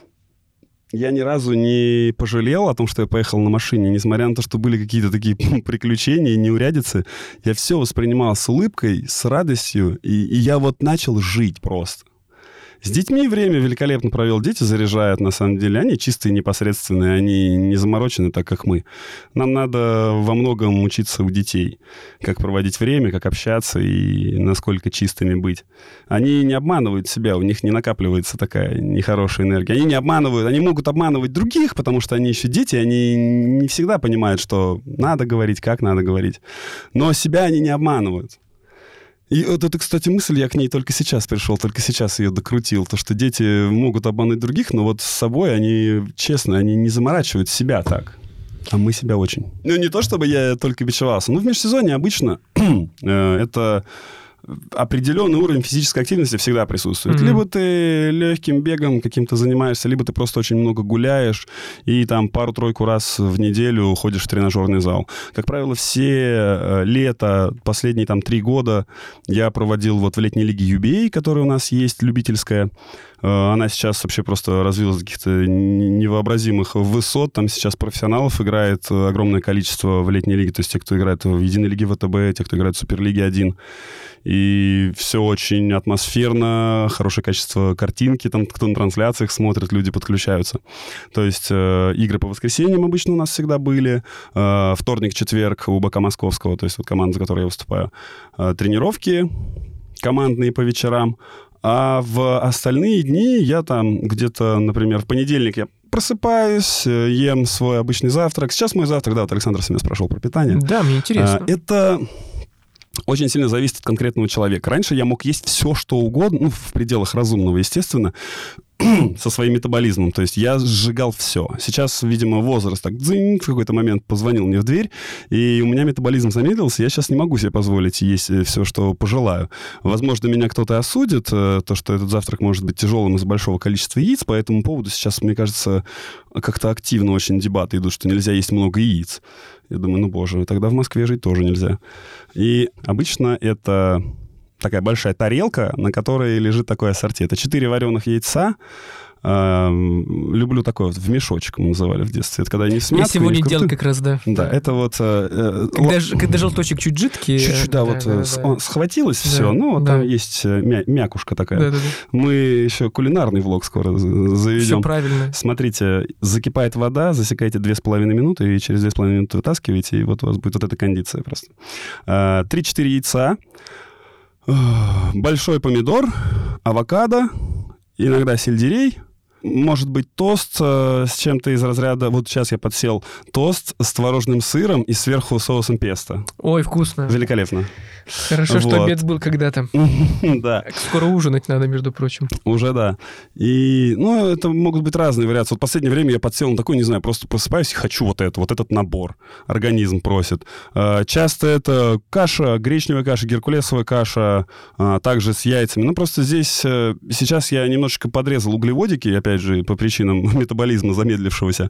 я ни разу не пожалел о том, что я поехал на машине, несмотря на то, что были какие-то такие приключения, неурядицы. Я все воспринимал с улыбкой, с радостью, и я начал жить просто. С детьми время великолепно провел. Дети заряжают, на самом деле. Они чистые, непосредственные, они не заморочены так, как мы. Нам надо во многом учиться у детей. Как проводить время, как общаться и насколько чистыми быть. Они не обманывают себя, у них не накапливается такая нехорошая энергия. Они не обманывают, они могут обманывать других, потому что они еще дети, они не всегда понимают, что надо говорить, как надо говорить. Но себя они не обманывают. И вот эта, кстати, мысль, я к ней только сейчас пришел, только сейчас ее докрутил. То, что дети могут обмануть других, но вот с собой они честно, они не заморачивают себя так. А мы себя очень. Ну, не то, чтобы я только бичевался. Ну, в межсезонье обычно это определенный уровень физической активности всегда присутствует. Либо ты легким бегом каким-то занимаешься, либо ты просто очень много гуляешь и там пару-тройку раз в неделю ходишь в тренажерный зал. Как правило, все лето, последние там 3 года я проводил вот в летней лиге UBA, которая у нас есть, любительская. Она сейчас вообще просто развилась до каких-то невообразимых высот. Там сейчас профессионалов играет огромное количество в летней лиге. То есть те, кто играет в единой лиге ВТБ, те, кто играет в Суперлиге 1. И все очень атмосферно, хорошее качество картинки. Там кто на трансляциях смотрит, люди подключаются. То есть игры по воскресеньям обычно у нас всегда были. Вторник, четверг у БК Московского, то есть вот команда, за которой я выступаю. Тренировки командные по вечерам. А в остальные дни я там где-то, например, в понедельник я просыпаюсь, ем свой обычный завтрак. Сейчас мой завтрак, да, вот Александр с меня спрашивал про питание. Да, мне интересно. Это очень сильно зависит от конкретного человека. Раньше я мог есть все, что угодно, ну, в пределах разумного, естественно, со своим метаболизмом. То есть я сжигал все. Сейчас, видимо, возраст так дзынь, в какой-то момент позвонил мне в дверь, и у меня метаболизм замедлился. Я сейчас не могу себе позволить есть все, что пожелаю. Возможно, меня кто-то осудит, то, что этот завтрак может быть тяжелым из-за большого количества яиц. По этому поводу сейчас, мне кажется, как-то активно очень дебаты идут, что нельзя есть много яиц. Я думаю, ну, боже, тогда в Москве жить тоже нельзя. И обычно это такая большая тарелка, на которой лежит такое ассорти. Это 4 вареных яйца. Люблю такое вот в мешочек, мы называли в детстве. Это когда они в Я сегодня делал как раз, да. Да, это вот... Когда желточек чуть жидкий... Чуть-чуть, да, вот схватилось все, ну, там есть мякушка такая. Мы еще кулинарный влог скоро заведем. Все правильно. Смотрите, закипает вода, засекаете 2,5 минуты, и через 2,5 минуты вытаскиваете, и вот у вас будет вот эта кондиция просто. 3-4 яйца, большой помидор, авокадо, иногда сельдерей, может быть тост с чем-то из разряда... Вот сейчас я подсел тост с творожным сыром и сверху соусом песто. Ой, вкусно. Великолепно. Хорошо, что обед был когда-то. Да. Скоро ужинать надо, между прочим. Уже, да. И, ну, это могут быть разные вариации. Вот в последнее время я подсел на такой, не знаю, просто просыпаюсь и хочу вот этот набор. Организм просит. Часто это каша, гречневая каша, геркулесовая каша, также с яйцами. Ну, просто здесь сейчас я немножечко подрезал углеводики, опять же, по причинам метаболизма замедлившегося.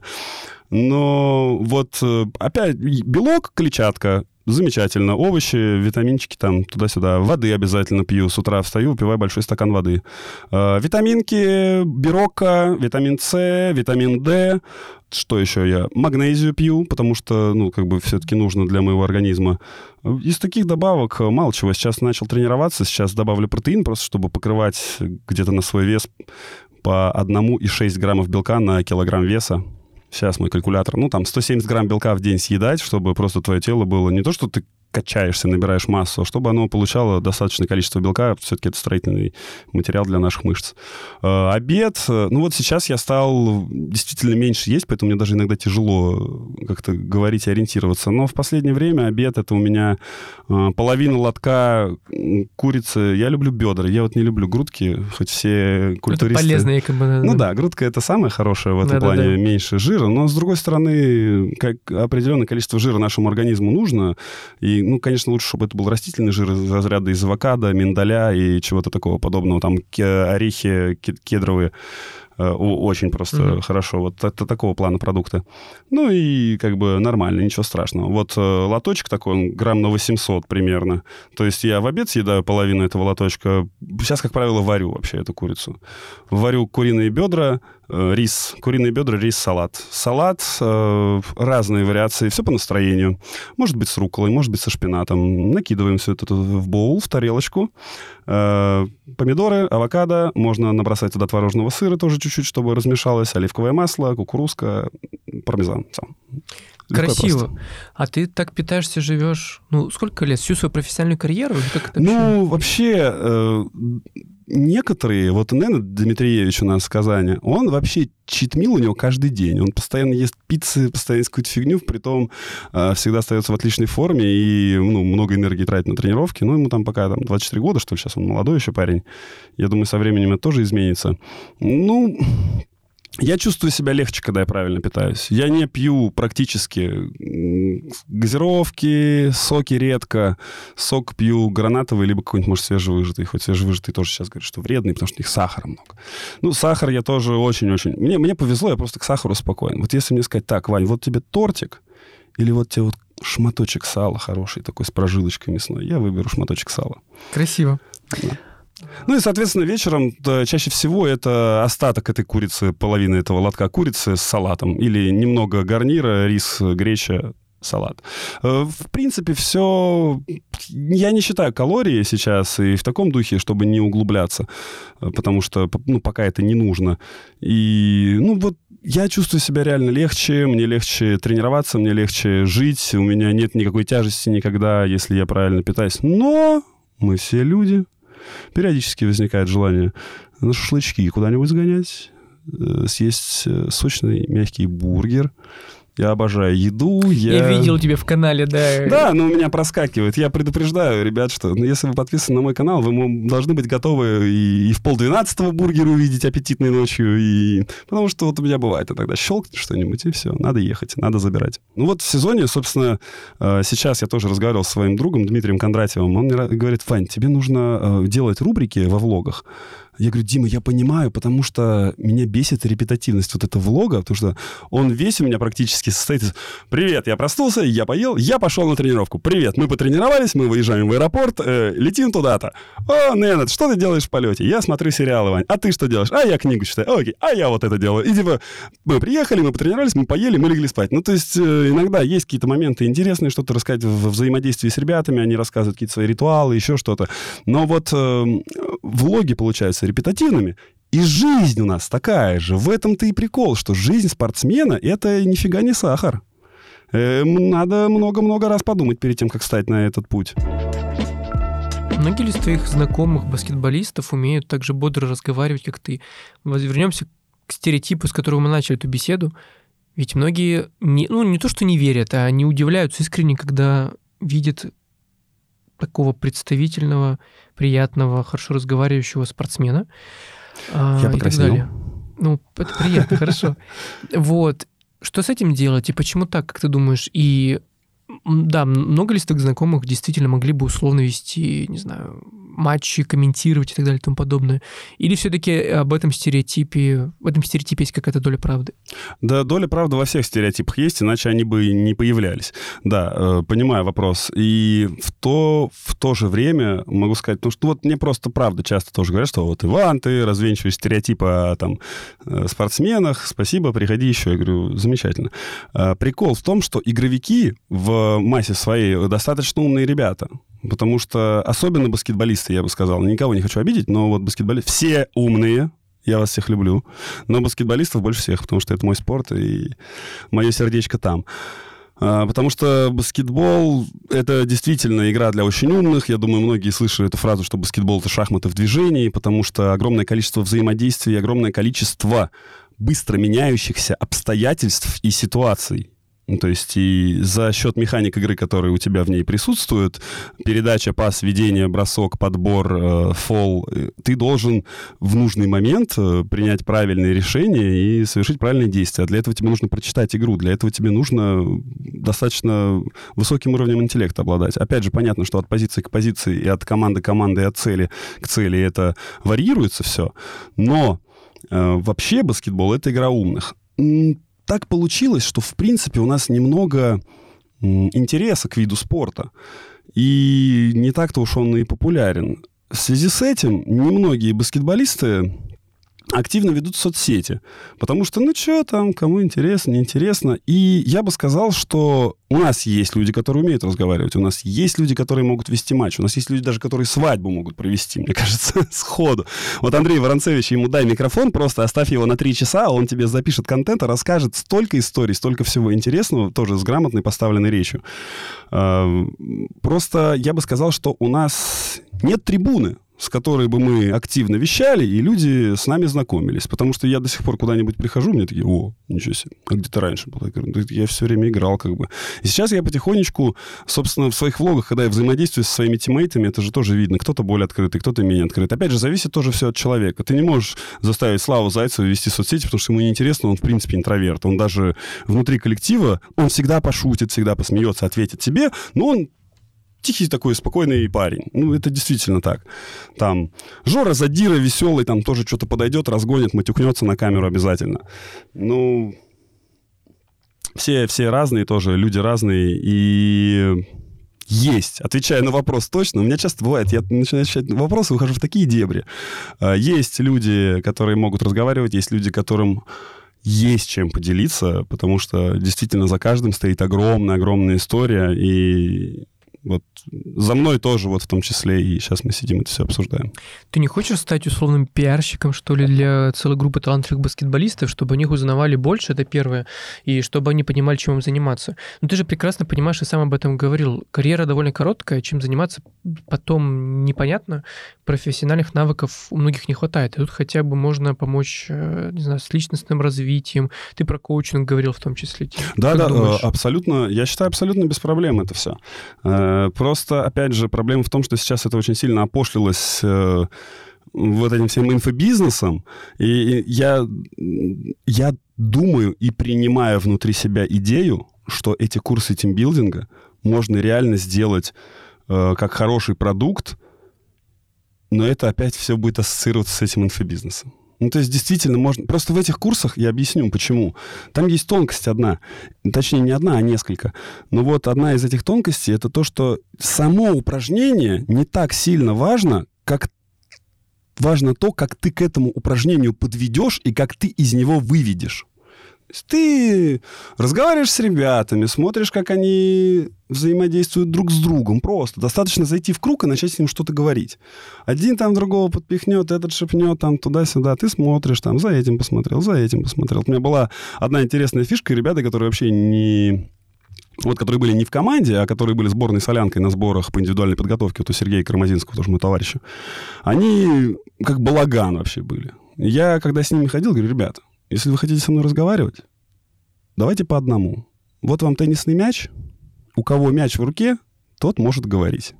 Но вот опять белок, клетчатка, замечательно. Овощи, витаминчики там туда-сюда. Воды обязательно пью. С утра встаю, выпиваю большой стакан воды. Витаминки, бирокко, витамин С, витамин D. Что еще я? Магнезию пью, потому что, ну, как бы все-таки нужно для моего организма. Из таких добавок мало чего. Сейчас начал тренироваться, сейчас добавлю протеин, просто чтобы покрывать где-то на свой вес по 1,6 граммов белка на килограмм веса. Сейчас мой калькулятор. Ну, там 170 грамм белка в день съедать, чтобы просто твое тело было не то, что ты качаешься, набираешь массу, а чтобы оно получало достаточное количество белка. Все-таки это строительный материал для наших мышц. Обед. Ну, вот сейчас я стал действительно меньше есть, поэтому мне даже иногда тяжело как-то говорить и ориентироваться. Но в последнее время обед — это у меня половина лотка курицы. Я люблю бедра. Я вот не люблю грудки, хоть все культуристы... Это полезно, якобы. Ну да, грудка — это самое хорошее в этом плане, меньше жира. Но, с другой стороны, как определенное количество жира нашему организму нужно. И, ну, конечно, лучше, чтобы это был растительный жир из разряда из авокадо, миндаля и чего-то такого подобного. Там орехи кедровые. Очень просто хорошо. Вот это такого плана продукты. Ну и как бы нормально, ничего страшного. Вот лоточек такой, он грамм на 800 примерно. То есть я в обед съедаю половину этого лоточка. Сейчас, как правило, варю вообще эту курицу. Варю куриные бедра, рис. Куриные бедра, рис, салат. Салат, разные вариации, все по настроению. Может быть, с рукколой, может быть, со шпинатом. Накидываем все это в боул, в тарелочку. Помидоры, авокадо, можно набросать туда творожного сыра тоже чуть-чуть, чтобы размешалось, оливковое масло, кукурузка, пармезан. Все. Красиво. А ты так питаешься, живешь, сколько лет? Всю свою профессиональную карьеру? Как это вообще, некоторые, вот Ненет Дмитриевич у нас в Казани, он вообще читмил у него каждый день. Он постоянно ест пиццы, постоянно ест какую-то фигню, притом всегда остается в отличной форме и много энергии тратит на тренировки. Ему там пока 24 года, что ли, сейчас он молодой еще парень. Я думаю, со временем это тоже изменится. Я чувствую себя легче, когда я правильно питаюсь. Я не пью практически газировки, соки редко. Сок пью гранатовый, либо какой-нибудь, может, свежевыжатый. Хоть свежевыжатый тоже сейчас говорят, что вредный, потому что у них сахара много. Сахар я тоже очень-очень... Мне повезло, я просто к сахару спокоен. Вот если мне сказать, так, Вань, вот тебе тортик, или вот тебе шматочек сала хороший, такой с прожилочкой мясной, я выберу шматочек сала. Красиво. Да. И, соответственно, вечером чаще всего это остаток этой курицы, половина этого лотка курицы с салатом. Или немного гарнира, рис, греча, салат. В принципе, все... Я не считаю калории сейчас и в таком духе, чтобы не углубляться, потому что пока это не нужно. И, я чувствую себя реально легче, мне легче тренироваться, мне легче жить, у меня нет никакой тяжести никогда, если я правильно питаюсь. Но мы все люди... Периодически возникает желание на шашлычки куда-нибудь сгонять, съесть сочный мягкий бургер. Я обожаю еду. Я видел тебя в канале, да. Да, но у меня проскакивает. Я предупреждаю, ребят, что если вы подписаны на мой канал, вы должны быть готовы и в 11:30 бургер увидеть аппетитной ночью. Потому что вот у меня бывает иногда щелкнет что-нибудь, и все, надо ехать, надо забирать. В сезоне, собственно, сейчас я тоже разговаривал с своим другом Дмитрием Кондратьевым. Он мне говорит, Вань, тебе нужно делать рубрики во влогах. Я говорю, Дима, я понимаю, потому что меня бесит репетативность вот этого влога, потому что он весь у меня практически состоит из «Привет, я проснулся, я поел, я пошел на тренировку. Привет, мы потренировались, мы выезжаем в аэропорт, летим туда-то. О, Ненет, что ты делаешь в полете? Я смотрю сериалы, Вань. А ты что делаешь? А я книгу читаю. Окей, а я вот это делаю». И мы приехали, мы потренировались, мы поели, мы легли спать. То есть иногда есть какие-то моменты интересные, что-то рассказать в взаимодействии с ребятами, они рассказывают какие-то свои ритуалы, еще что-то. Но влоги получаются репетативными. И жизнь у нас такая же. В этом-то и прикол, что жизнь спортсмена — это нифига не сахар. Надо много-много раз подумать перед тем, как встать на этот путь. Многие из твоих знакомых баскетболистов умеют так же бодро разговаривать, как ты? Вернемся к стереотипу, с которого мы начали эту беседу. Ведь многие не то что не верят, а они удивляются искренне, когда видят такого представительного, приятного, хорошо разговаривающего спортсмена. Я покраснел. Это приятно, хорошо. Вот. Что с этим делать и почему так, как ты думаешь? И да, много ли из твоих знакомых действительно могли бы условно вести, не знаю, матчи, комментировать и так далее и тому подобное? Или все-таки в этом стереотипе есть какая-то доля правды? Да, доля правды во всех стереотипах есть, иначе они бы не появлялись. Да, понимаю вопрос. И в то же время могу сказать, потому что мне просто правда часто тоже говорят, что Иван, ты развенчиваешь стереотипы о спортсменах, спасибо, приходи еще. Я говорю, замечательно. Прикол в том, что игровики в массе своей достаточно умные ребята. Потому что особенно баскетболисты, я бы сказал, никого не хочу обидеть, но баскетболисты все умные, я вас всех люблю, но баскетболистов больше всех, потому что это мой спорт, и мое сердечко там. Потому что баскетбол — это действительно игра для очень умных. Я думаю, многие слышали эту фразу, что баскетбол — это шахматы в движении, потому что огромное количество взаимодействий, огромное количество быстро меняющихся обстоятельств и ситуаций. То есть и за счет механик игры, которые у тебя в ней присутствуют, передача, пас, ведение, бросок, подбор, фол, ты должен в нужный момент принять правильные решения и совершить правильные действия. Для этого тебе нужно прочитать игру, для этого тебе нужно достаточно высоким уровнем интеллекта обладать. Опять же, понятно, что от позиции к позиции и от команды к команде, и от цели к цели это варьируется все, но вообще баскетбол — это игра умных. Так получилось, что, в принципе, у нас немного интереса к виду спорта. И не так-то уж он и популярен. В связи с этим немногие баскетболисты активно ведут соцсети. Потому что, ну что там, кому интересно, неинтересно. И я бы сказал, что у нас есть люди, которые умеют разговаривать. У нас есть люди, которые могут вести матч. У нас есть люди даже, которые свадьбу могут провести, мне кажется, сходу. Вот Андрей Воронцевич, ему дай микрофон, просто оставь его на 3 часа, он тебе запишет контент, расскажет столько историй, столько всего интересного, тоже с грамотной поставленной речью. Просто я бы сказал, что у нас нет трибуны, с которой бы мы активно вещали, и люди с нами знакомились. Потому что я до сих пор куда-нибудь прихожу, мне такие: о, ничего себе, а где ты раньше был? Я говорю: я все время играл как бы. И сейчас я потихонечку, собственно, в своих влогах, когда я взаимодействую со своими тиммейтами, это же тоже видно. Кто-то более открытый, кто-то менее открытый. Опять же, зависит тоже все от человека. Ты не можешь заставить Славу Зайцева вести соцсети, потому что ему неинтересно, он, в принципе, интроверт. Он даже внутри коллектива, он всегда пошутит, всегда посмеется, ответит тебе, но он тихий такой, спокойный парень. Ну, это действительно так. Там Жора Задира веселый, там тоже что-то подойдет, разгонит, матюкнется на камеру обязательно. Ну, все разные тоже, люди разные. И есть, отвечая на вопрос точно, у меня часто бывает, я начинаю отвечать на вопросы, ухожу в такие дебри. Есть люди, которые могут разговаривать, есть люди, которым есть чем поделиться, потому что действительно за каждым стоит огромная история, и вот за мной тоже, вот в том числе, и сейчас мы сидим это все обсуждаем. Ты не хочешь стать условным пиарщиком, что ли, для целой группы талантливых баскетболистов, чтобы о них узнавали больше, это первое, и чтобы они понимали, чем им заниматься? Ну, ты же прекрасно понимаешь, и сам об этом говорил. Карьера довольно короткая, чем заниматься потом непонятно. Профессиональных навыков у многих не хватает. И тут хотя бы можно помочь, не знаю, с личностным развитием. Ты про коучинг говорил в том числе. Да, абсолютно. Я считаю, абсолютно без проблем это все. Просто, опять же, проблема в том, что сейчас это очень сильно опошлилось вот этим всем инфобизнесом. И я думаю и принимаю внутри себя идею, что эти курсы тимбилдинга можно реально сделать как хороший продукт, но это опять все будет ассоциироваться с этим инфобизнесом. Ну, то есть, действительно, можно... Просто в этих курсах, я объясню, почему. Там есть тонкость одна. Точнее, не одна, а несколько. Но вот одна из этих тонкостей — это то, что само упражнение не так сильно важно, как важно то, как ты к этому упражнению подведешь и как ты из него выведешь. То есть ты разговариваешь с ребятами, смотришь, как они взаимодействуют друг с другом. Просто достаточно зайти в круг и начать с ним что-то говорить. Один там другого подпихнет, этот шепнет там туда-сюда. Ты смотришь, там за этим посмотрел, за этим посмотрел. У меня была одна интересная фишка. Ребята, которые вообще не... Вот, которые были не в команде, а которые были сборной солянкой на сборах по индивидуальной подготовке, вот у Сергея Кармазинского, тоже моего товарища, они как балаган вообще были. Я, когда с ними ходил, говорю: ребята, если вы хотите со мной разговаривать, давайте по одному. Вот вам теннисный мяч. У кого мяч в руке, тот может говорить.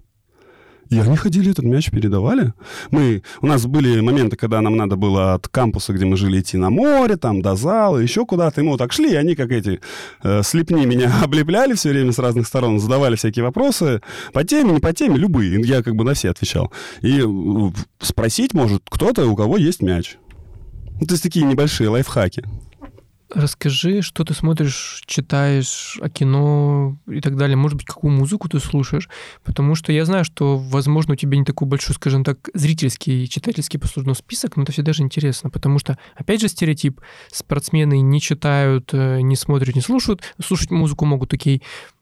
И они ходили, этот мяч передавали. У нас были моменты, когда нам надо было от кампуса, где мы жили, идти на море, там, до зала, еще куда-то. И мы вот так шли, и они, как эти слепни, меня облепляли все время с разных сторон, задавали всякие вопросы. По теме, не по теме, любые. Я как бы на все отвечал. И спросить может кто-то, у кого есть мяч. Ну, то есть такие небольшие лайфхаки. Расскажи, что ты смотришь, читаешь о кино и так далее. Может быть, какую музыку ты слушаешь? Потому что я знаю, что, возможно, у тебя не такой большой, скажем так, зрительский, читательский послужной список, но это всегда же интересно, потому что, опять же, стереотип. Спортсмены не читают, не смотрят, не слушают. Слушать музыку могут, окей.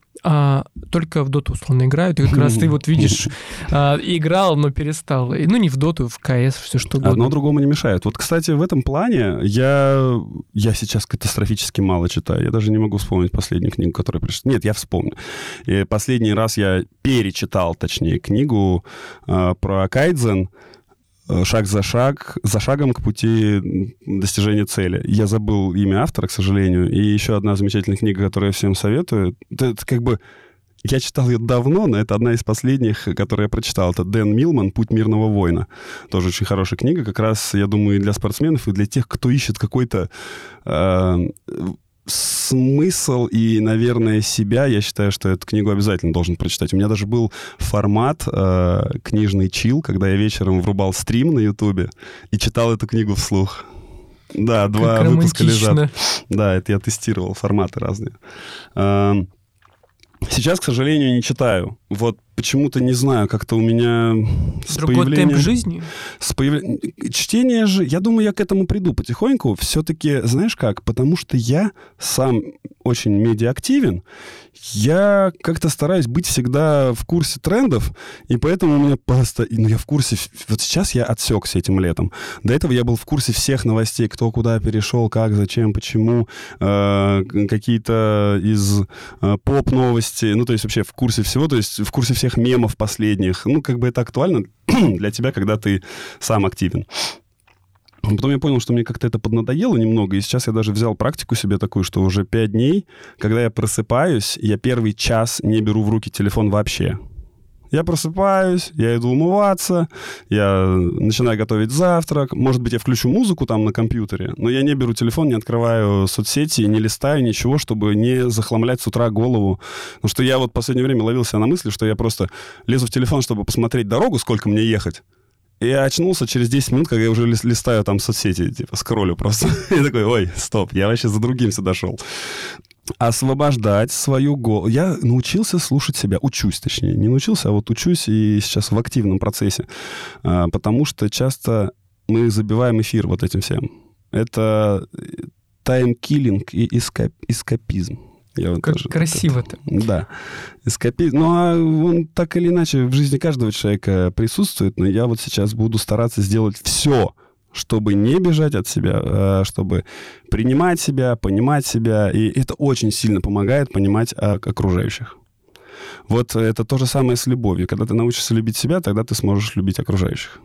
Только в доту условно играют, и как раз ты вот видишь, играл, но перестал. Ну, не в доту, в КС, все что угодно. Одно другому не мешает. Вот, кстати, в этом плане я сейчас катастрофически мало читаю. Я даже не могу вспомнить последнюю книгу, которая пришла. Нет, я вспомню. И последний раз я перечитал, точнее, книгу про кайдзен, шаг за шагом к пути достижения цели. Я забыл имя автора, к сожалению. И еще одна замечательная книга, которую я всем советую. Это как бы... Я читал ее давно, но это одна из последних, которую я прочитал. Это Дэн Милман «Путь мирного воина». Тоже очень хорошая книга. Как раз, я думаю, и для спортсменов, и для тех, кто ищет какой-то... смысл и, наверное, себя, я считаю, что эту книгу обязательно должен прочитать. У меня даже был формат книжный чил, когда я вечером врубал стрим на Ютубе и читал эту книгу вслух. Да, 2 выпуска лежат. Да, это я тестировал, форматы разные. Сейчас, к сожалению, не читаю. вот почему-то, не знаю, как-то у меня другой темп жизни? Чтение же, я думаю, я к этому приду потихоньку. Все-таки, знаешь как, потому что я сам очень медиаактивен, я как-то стараюсь быть всегда в курсе трендов, и поэтому у меня просто... Ну, я в курсе... Вот сейчас я отсекся этим летом. До этого я был в курсе всех новостей, кто куда перешел, как, зачем, почему, какие-то из поп-новости, ну, то есть вообще в курсе всего, то есть в курсе всех мемов последних. Ну, как бы это актуально для тебя, когда ты сам активен. Потом я понял, что мне как-то это поднадоело немного, и сейчас я даже взял практику себе такую, что уже 5 дней, когда я просыпаюсь, я первый час не беру в руки телефон вообще. Я просыпаюсь, я иду умываться, я начинаю готовить завтрак, может быть, я включу музыку там на компьютере, но я не беру телефон, не открываю соцсети, не листаю ничего, чтобы не захламлять с утра голову. Потому что я вот в последнее время ловил себя на мысли, что я просто лезу в телефон, чтобы посмотреть дорогу, сколько мне ехать. И я очнулся через 10 минут, когда я уже листаю там соцсети, типа, скроллю просто. И такой, ой, стоп, я вообще за другим сюда шел. Освобождать свою голову. Я научился слушать себя. Учусь, точнее. Не научился, а вот учусь и сейчас в активном процессе. Потому что часто мы забиваем эфир вот этим всем. Это тайм-киллинг и эскапизм. Как красиво-то. Да. Эскапизм. Ну, а он так или иначе в жизни каждого человека присутствует, но я вот сейчас буду стараться сделать все, чтобы не бежать от себя, а чтобы принимать себя, понимать себя. И это очень сильно помогает понимать окружающих. Вот это то же самое с любовью. Когда ты научишься любить себя, тогда ты сможешь любить окружающих.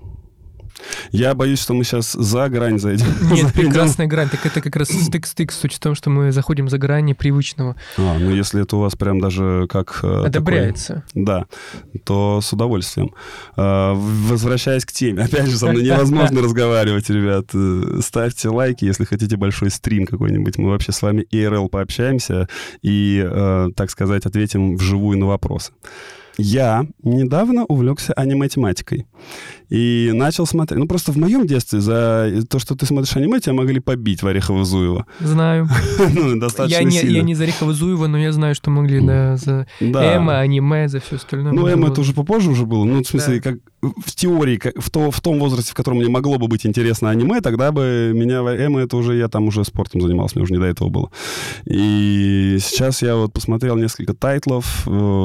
Я боюсь, что мы сейчас за грань зайдем. Нет, прекрасная грань. Так это как раз стык-стык с учетом, что мы заходим за грань привычного. Ну если это у вас прям даже как... Одобряется. Такой, да, то с удовольствием. Возвращаясь к теме. Опять же, со мной невозможно разговаривать, ребят. Ставьте лайки, если хотите большой стрим какой-нибудь. Мы вообще с вами IRL пообщаемся и, так сказать, ответим вживую на вопросы. Я недавно увлекся аниме-тематикой и начал смотреть. Ну, просто в моем детстве за то, что ты смотришь аниме, тебя могли побить в Орехово-Зуево. Знаю. Достаточно сильно. Я не за Орехово-Зуево, но я знаю, что могли за эмо, аниме, за все остальное. Ну, эмо это уже попозже уже было. Ну, в смысле, как в теории, в том возрасте, в котором мне могло бы быть интересно аниме, тогда бы меня эмо, это уже я там уже спортом занимался, мне уже не до этого было. И сейчас я вот посмотрел несколько тайтлов.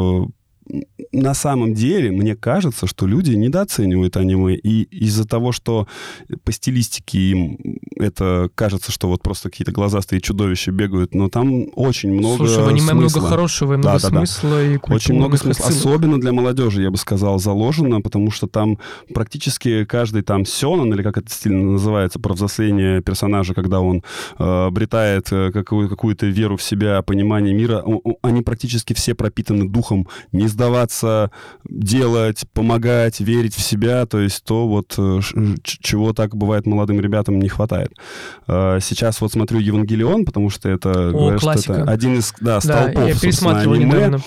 На самом деле, мне кажется, что люди недооценивают аниме, и из-за того, что по стилистике им это кажется, что вот просто какие-то глазастые чудовища бегают, но там очень много смысла. Слушай, в аниме много хорошего, и много смысла, и очень много смысла. Особенно для молодежи, я бы сказал, заложено, потому что там практически каждый там сёнэн, или как это стильно называется, про взросление персонажа, когда он обретает какую-то веру в себя, понимание мира, они практически все пропитаны духом не сдаваться, делать, помогать, верить в себя, то есть то вот, чего так бывает молодым ребятам не хватает. Сейчас вот смотрю «Евангелион», потому что это, говорят, что это один из столпов, я пересматривал недавно,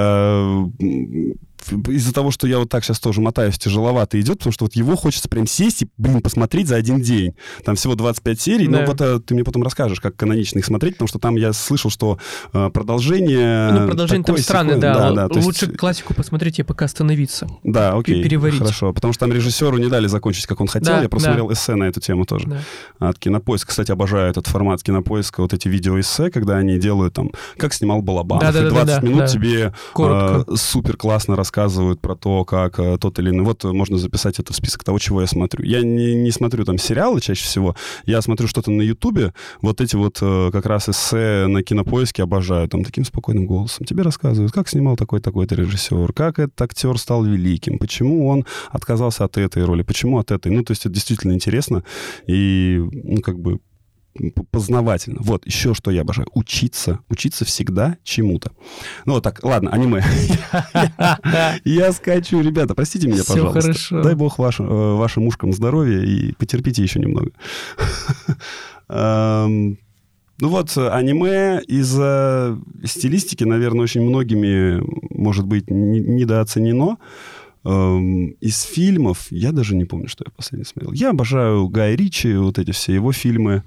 из-за того, что я вот так сейчас тоже мотаюсь, тяжеловато идет, потому что вот его хочется прям сесть и, посмотреть за один день. Там всего 25 серий, но вот ты мне потом расскажешь, как канонично их смотреть, потому что там я слышал, что продолжение... Ну, продолжение там странное, да. Лучше есть... классику посмотреть и пока остановиться. Да, окей. Переварить. Хорошо, потому что там режиссеру не дали закончить, как он хотел. Я просмотрел эссе на эту тему тоже. От Кинопоиска. Кстати, обожаю этот формат Кинопоиска, вот эти видеоэссе, когда они делают там, как снимал Балабанов. 20 минут тебе супер классно рассказывают про то, как тот или иной... Вот можно записать это в список того, чего я смотрю. Я не смотрю там сериалы чаще всего, я смотрю что-то на Ютубе, вот эти вот как раз эссе на Кинопоиске обожаю, там таким спокойным голосом тебе рассказывают, как снимал такой-то режиссер, как этот актер стал великим, почему он отказался от этой роли, почему от этой. Ну, то есть это действительно интересно и, ну, как бы познавательно. Вот, еще что я обожаю. Учиться всегда чему-то. Ну, вот так, ладно, аниме. Я скачу, ребята, простите меня, пожалуйста. Все хорошо. Дай бог вашим ушкам здоровья и потерпите еще немного. Ну вот, аниме из-за стилистики, наверное, очень многими, может быть, недооценено. Из фильмов, я даже не помню, что я последний смотрел. Я обожаю Гая Ричи, вот эти все его фильмы.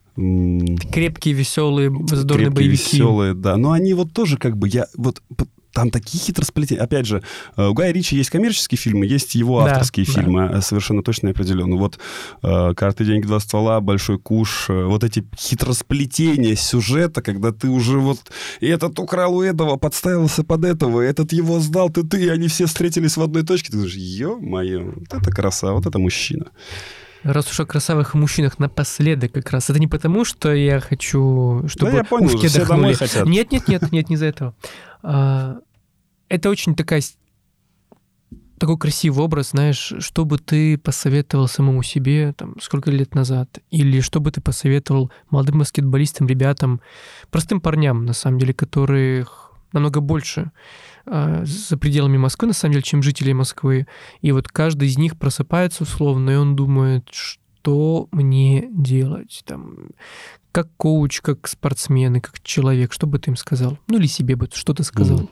Крепкие, веселые, задорные боевики. Веселые, да. Но они вот тоже как бы... Там такие хитросплетения. Опять же, у Гая Ричи есть коммерческие фильмы, есть его авторские фильмы, совершенно точно и определенно. Вот «Карты, деньги, два ствола», «Большой куш», вот эти хитросплетения сюжета, когда ты уже вот этот украл у этого, подставился под этого, этот его сдал, ты, и они все встретились в одной точке. Ты думаешь, ё-моё, вот это красава, вот это мужчина. Раз уж о красавых мужчинах напоследок как раз. Это не потому, что я хочу, чтобы я понял, ушки все отдохнули. домой хотят. Нет, не из-за этого. Это очень такой красивый образ, знаешь, что бы ты посоветовал самому себе там, сколько лет назад, или что бы ты посоветовал молодым баскетболистам, ребятам, простым парням, на самом деле, которых намного больше за пределами Москвы, на самом деле, чем жителей Москвы. И вот каждый из них просыпается условно, и он думает, что мне делать, там, как коуч, как спортсмен и как человек, что бы ты им сказал? Ну или себе бы что ты сказал?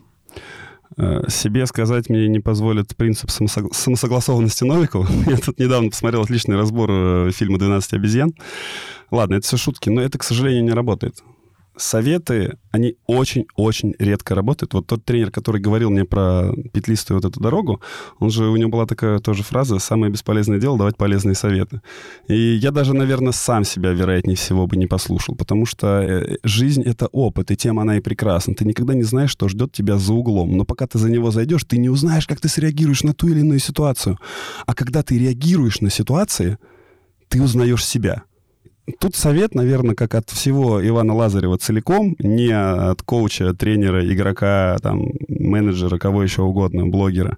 Себе сказать мне не позволит принцип самосогласованности Новикова. Я тут недавно посмотрел отличный разбор фильма «12 обезьян». Ладно, это все шутки, но это, к сожалению, не работает. Советы, они очень-очень редко работают. Вот тот тренер, который говорил мне про петлистую вот эту дорогу, у него была такая тоже фраза: «Самое бесполезное дело — давать полезные советы». И я даже, наверное, сам себя, вероятнее всего, бы не послушал, потому что жизнь — это опыт, и тем она и прекрасна. Ты никогда не знаешь, что ждет тебя за углом. Но пока ты за него зайдешь, ты не узнаешь, как ты среагируешь на ту или иную ситуацию. А когда ты реагируешь на ситуации, ты узнаешь себя. Тут совет, наверное, как от всего Ивана Лазарева целиком, не от коуча, тренера, игрока, там, менеджера, кого еще угодно, блогера.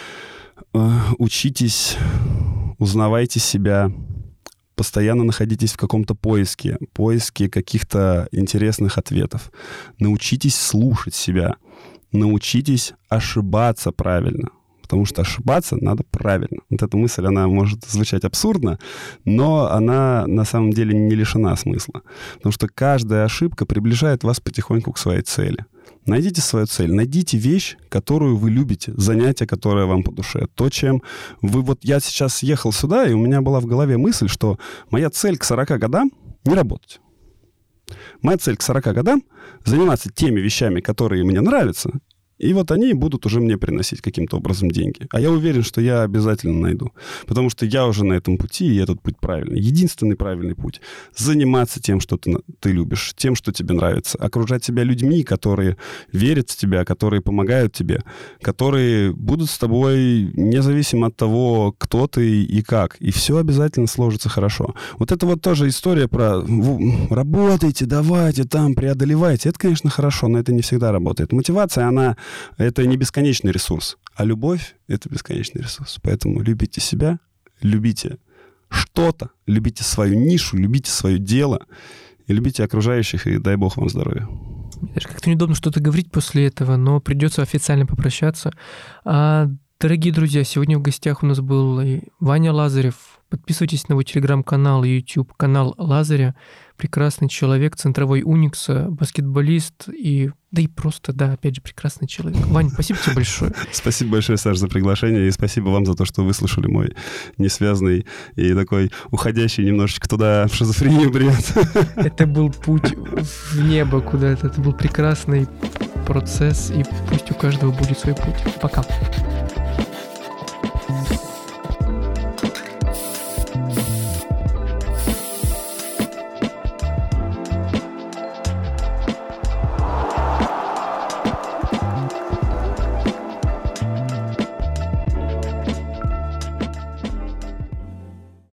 Учитесь, узнавайте себя, постоянно находитесь в каком-то поиске каких-то интересных ответов. Научитесь слушать себя, научитесь ошибаться правильно. Потому что ошибаться надо правильно. Вот эта мысль, она может звучать абсурдно, но она на самом деле не лишена смысла. Потому что каждая ошибка приближает вас потихоньку к своей цели. Найдите свою цель, найдите вещь, которую вы любите, занятие, которое вам по душе. То, чем вы... Вот я сейчас ехал сюда, и у меня была в голове мысль, что моя цель к 40 годам — не работать. Моя цель к 40 годам — заниматься теми вещами, которые мне нравятся, и вот они будут уже мне приносить каким-то образом деньги. А я уверен, что я обязательно найду. Потому что я уже на этом пути, и этот путь правильный. Единственный правильный путь — заниматься тем, что ты любишь, тем, что тебе нравится. Окружать себя людьми, которые верят в тебя, которые помогают тебе, которые будут с тобой независимо от того, кто ты и как. И все обязательно сложится хорошо. Вот это вот тоже история про работайте, давайте, там, преодолевайте. Это, конечно, хорошо, но это не всегда работает. Мотивация, это не бесконечный ресурс, а любовь — это бесконечный ресурс. Поэтому любите себя, любите что-то, любите свою нишу, любите свое дело и любите окружающих, и дай бог вам здоровья. Даже как-то неудобно что-то говорить после этого, но придется официально попрощаться. Дорогие друзья, сегодня в гостях у нас был Ваня Лазарев. Подписывайтесь на его телеграм-канал и YouTube-канал Лазаря. Прекрасный человек, центровой Уникса, баскетболист и... Да и просто, да, опять же, прекрасный человек. Вань, спасибо тебе большое. Спасибо большое, Саш, за приглашение, и спасибо вам за то, что выслушали мой несвязный и такой уходящий немножечко туда в шизофрению бред. Это был путь в небо куда-то. Это был прекрасный процесс, и пусть у каждого будет свой путь. Пока.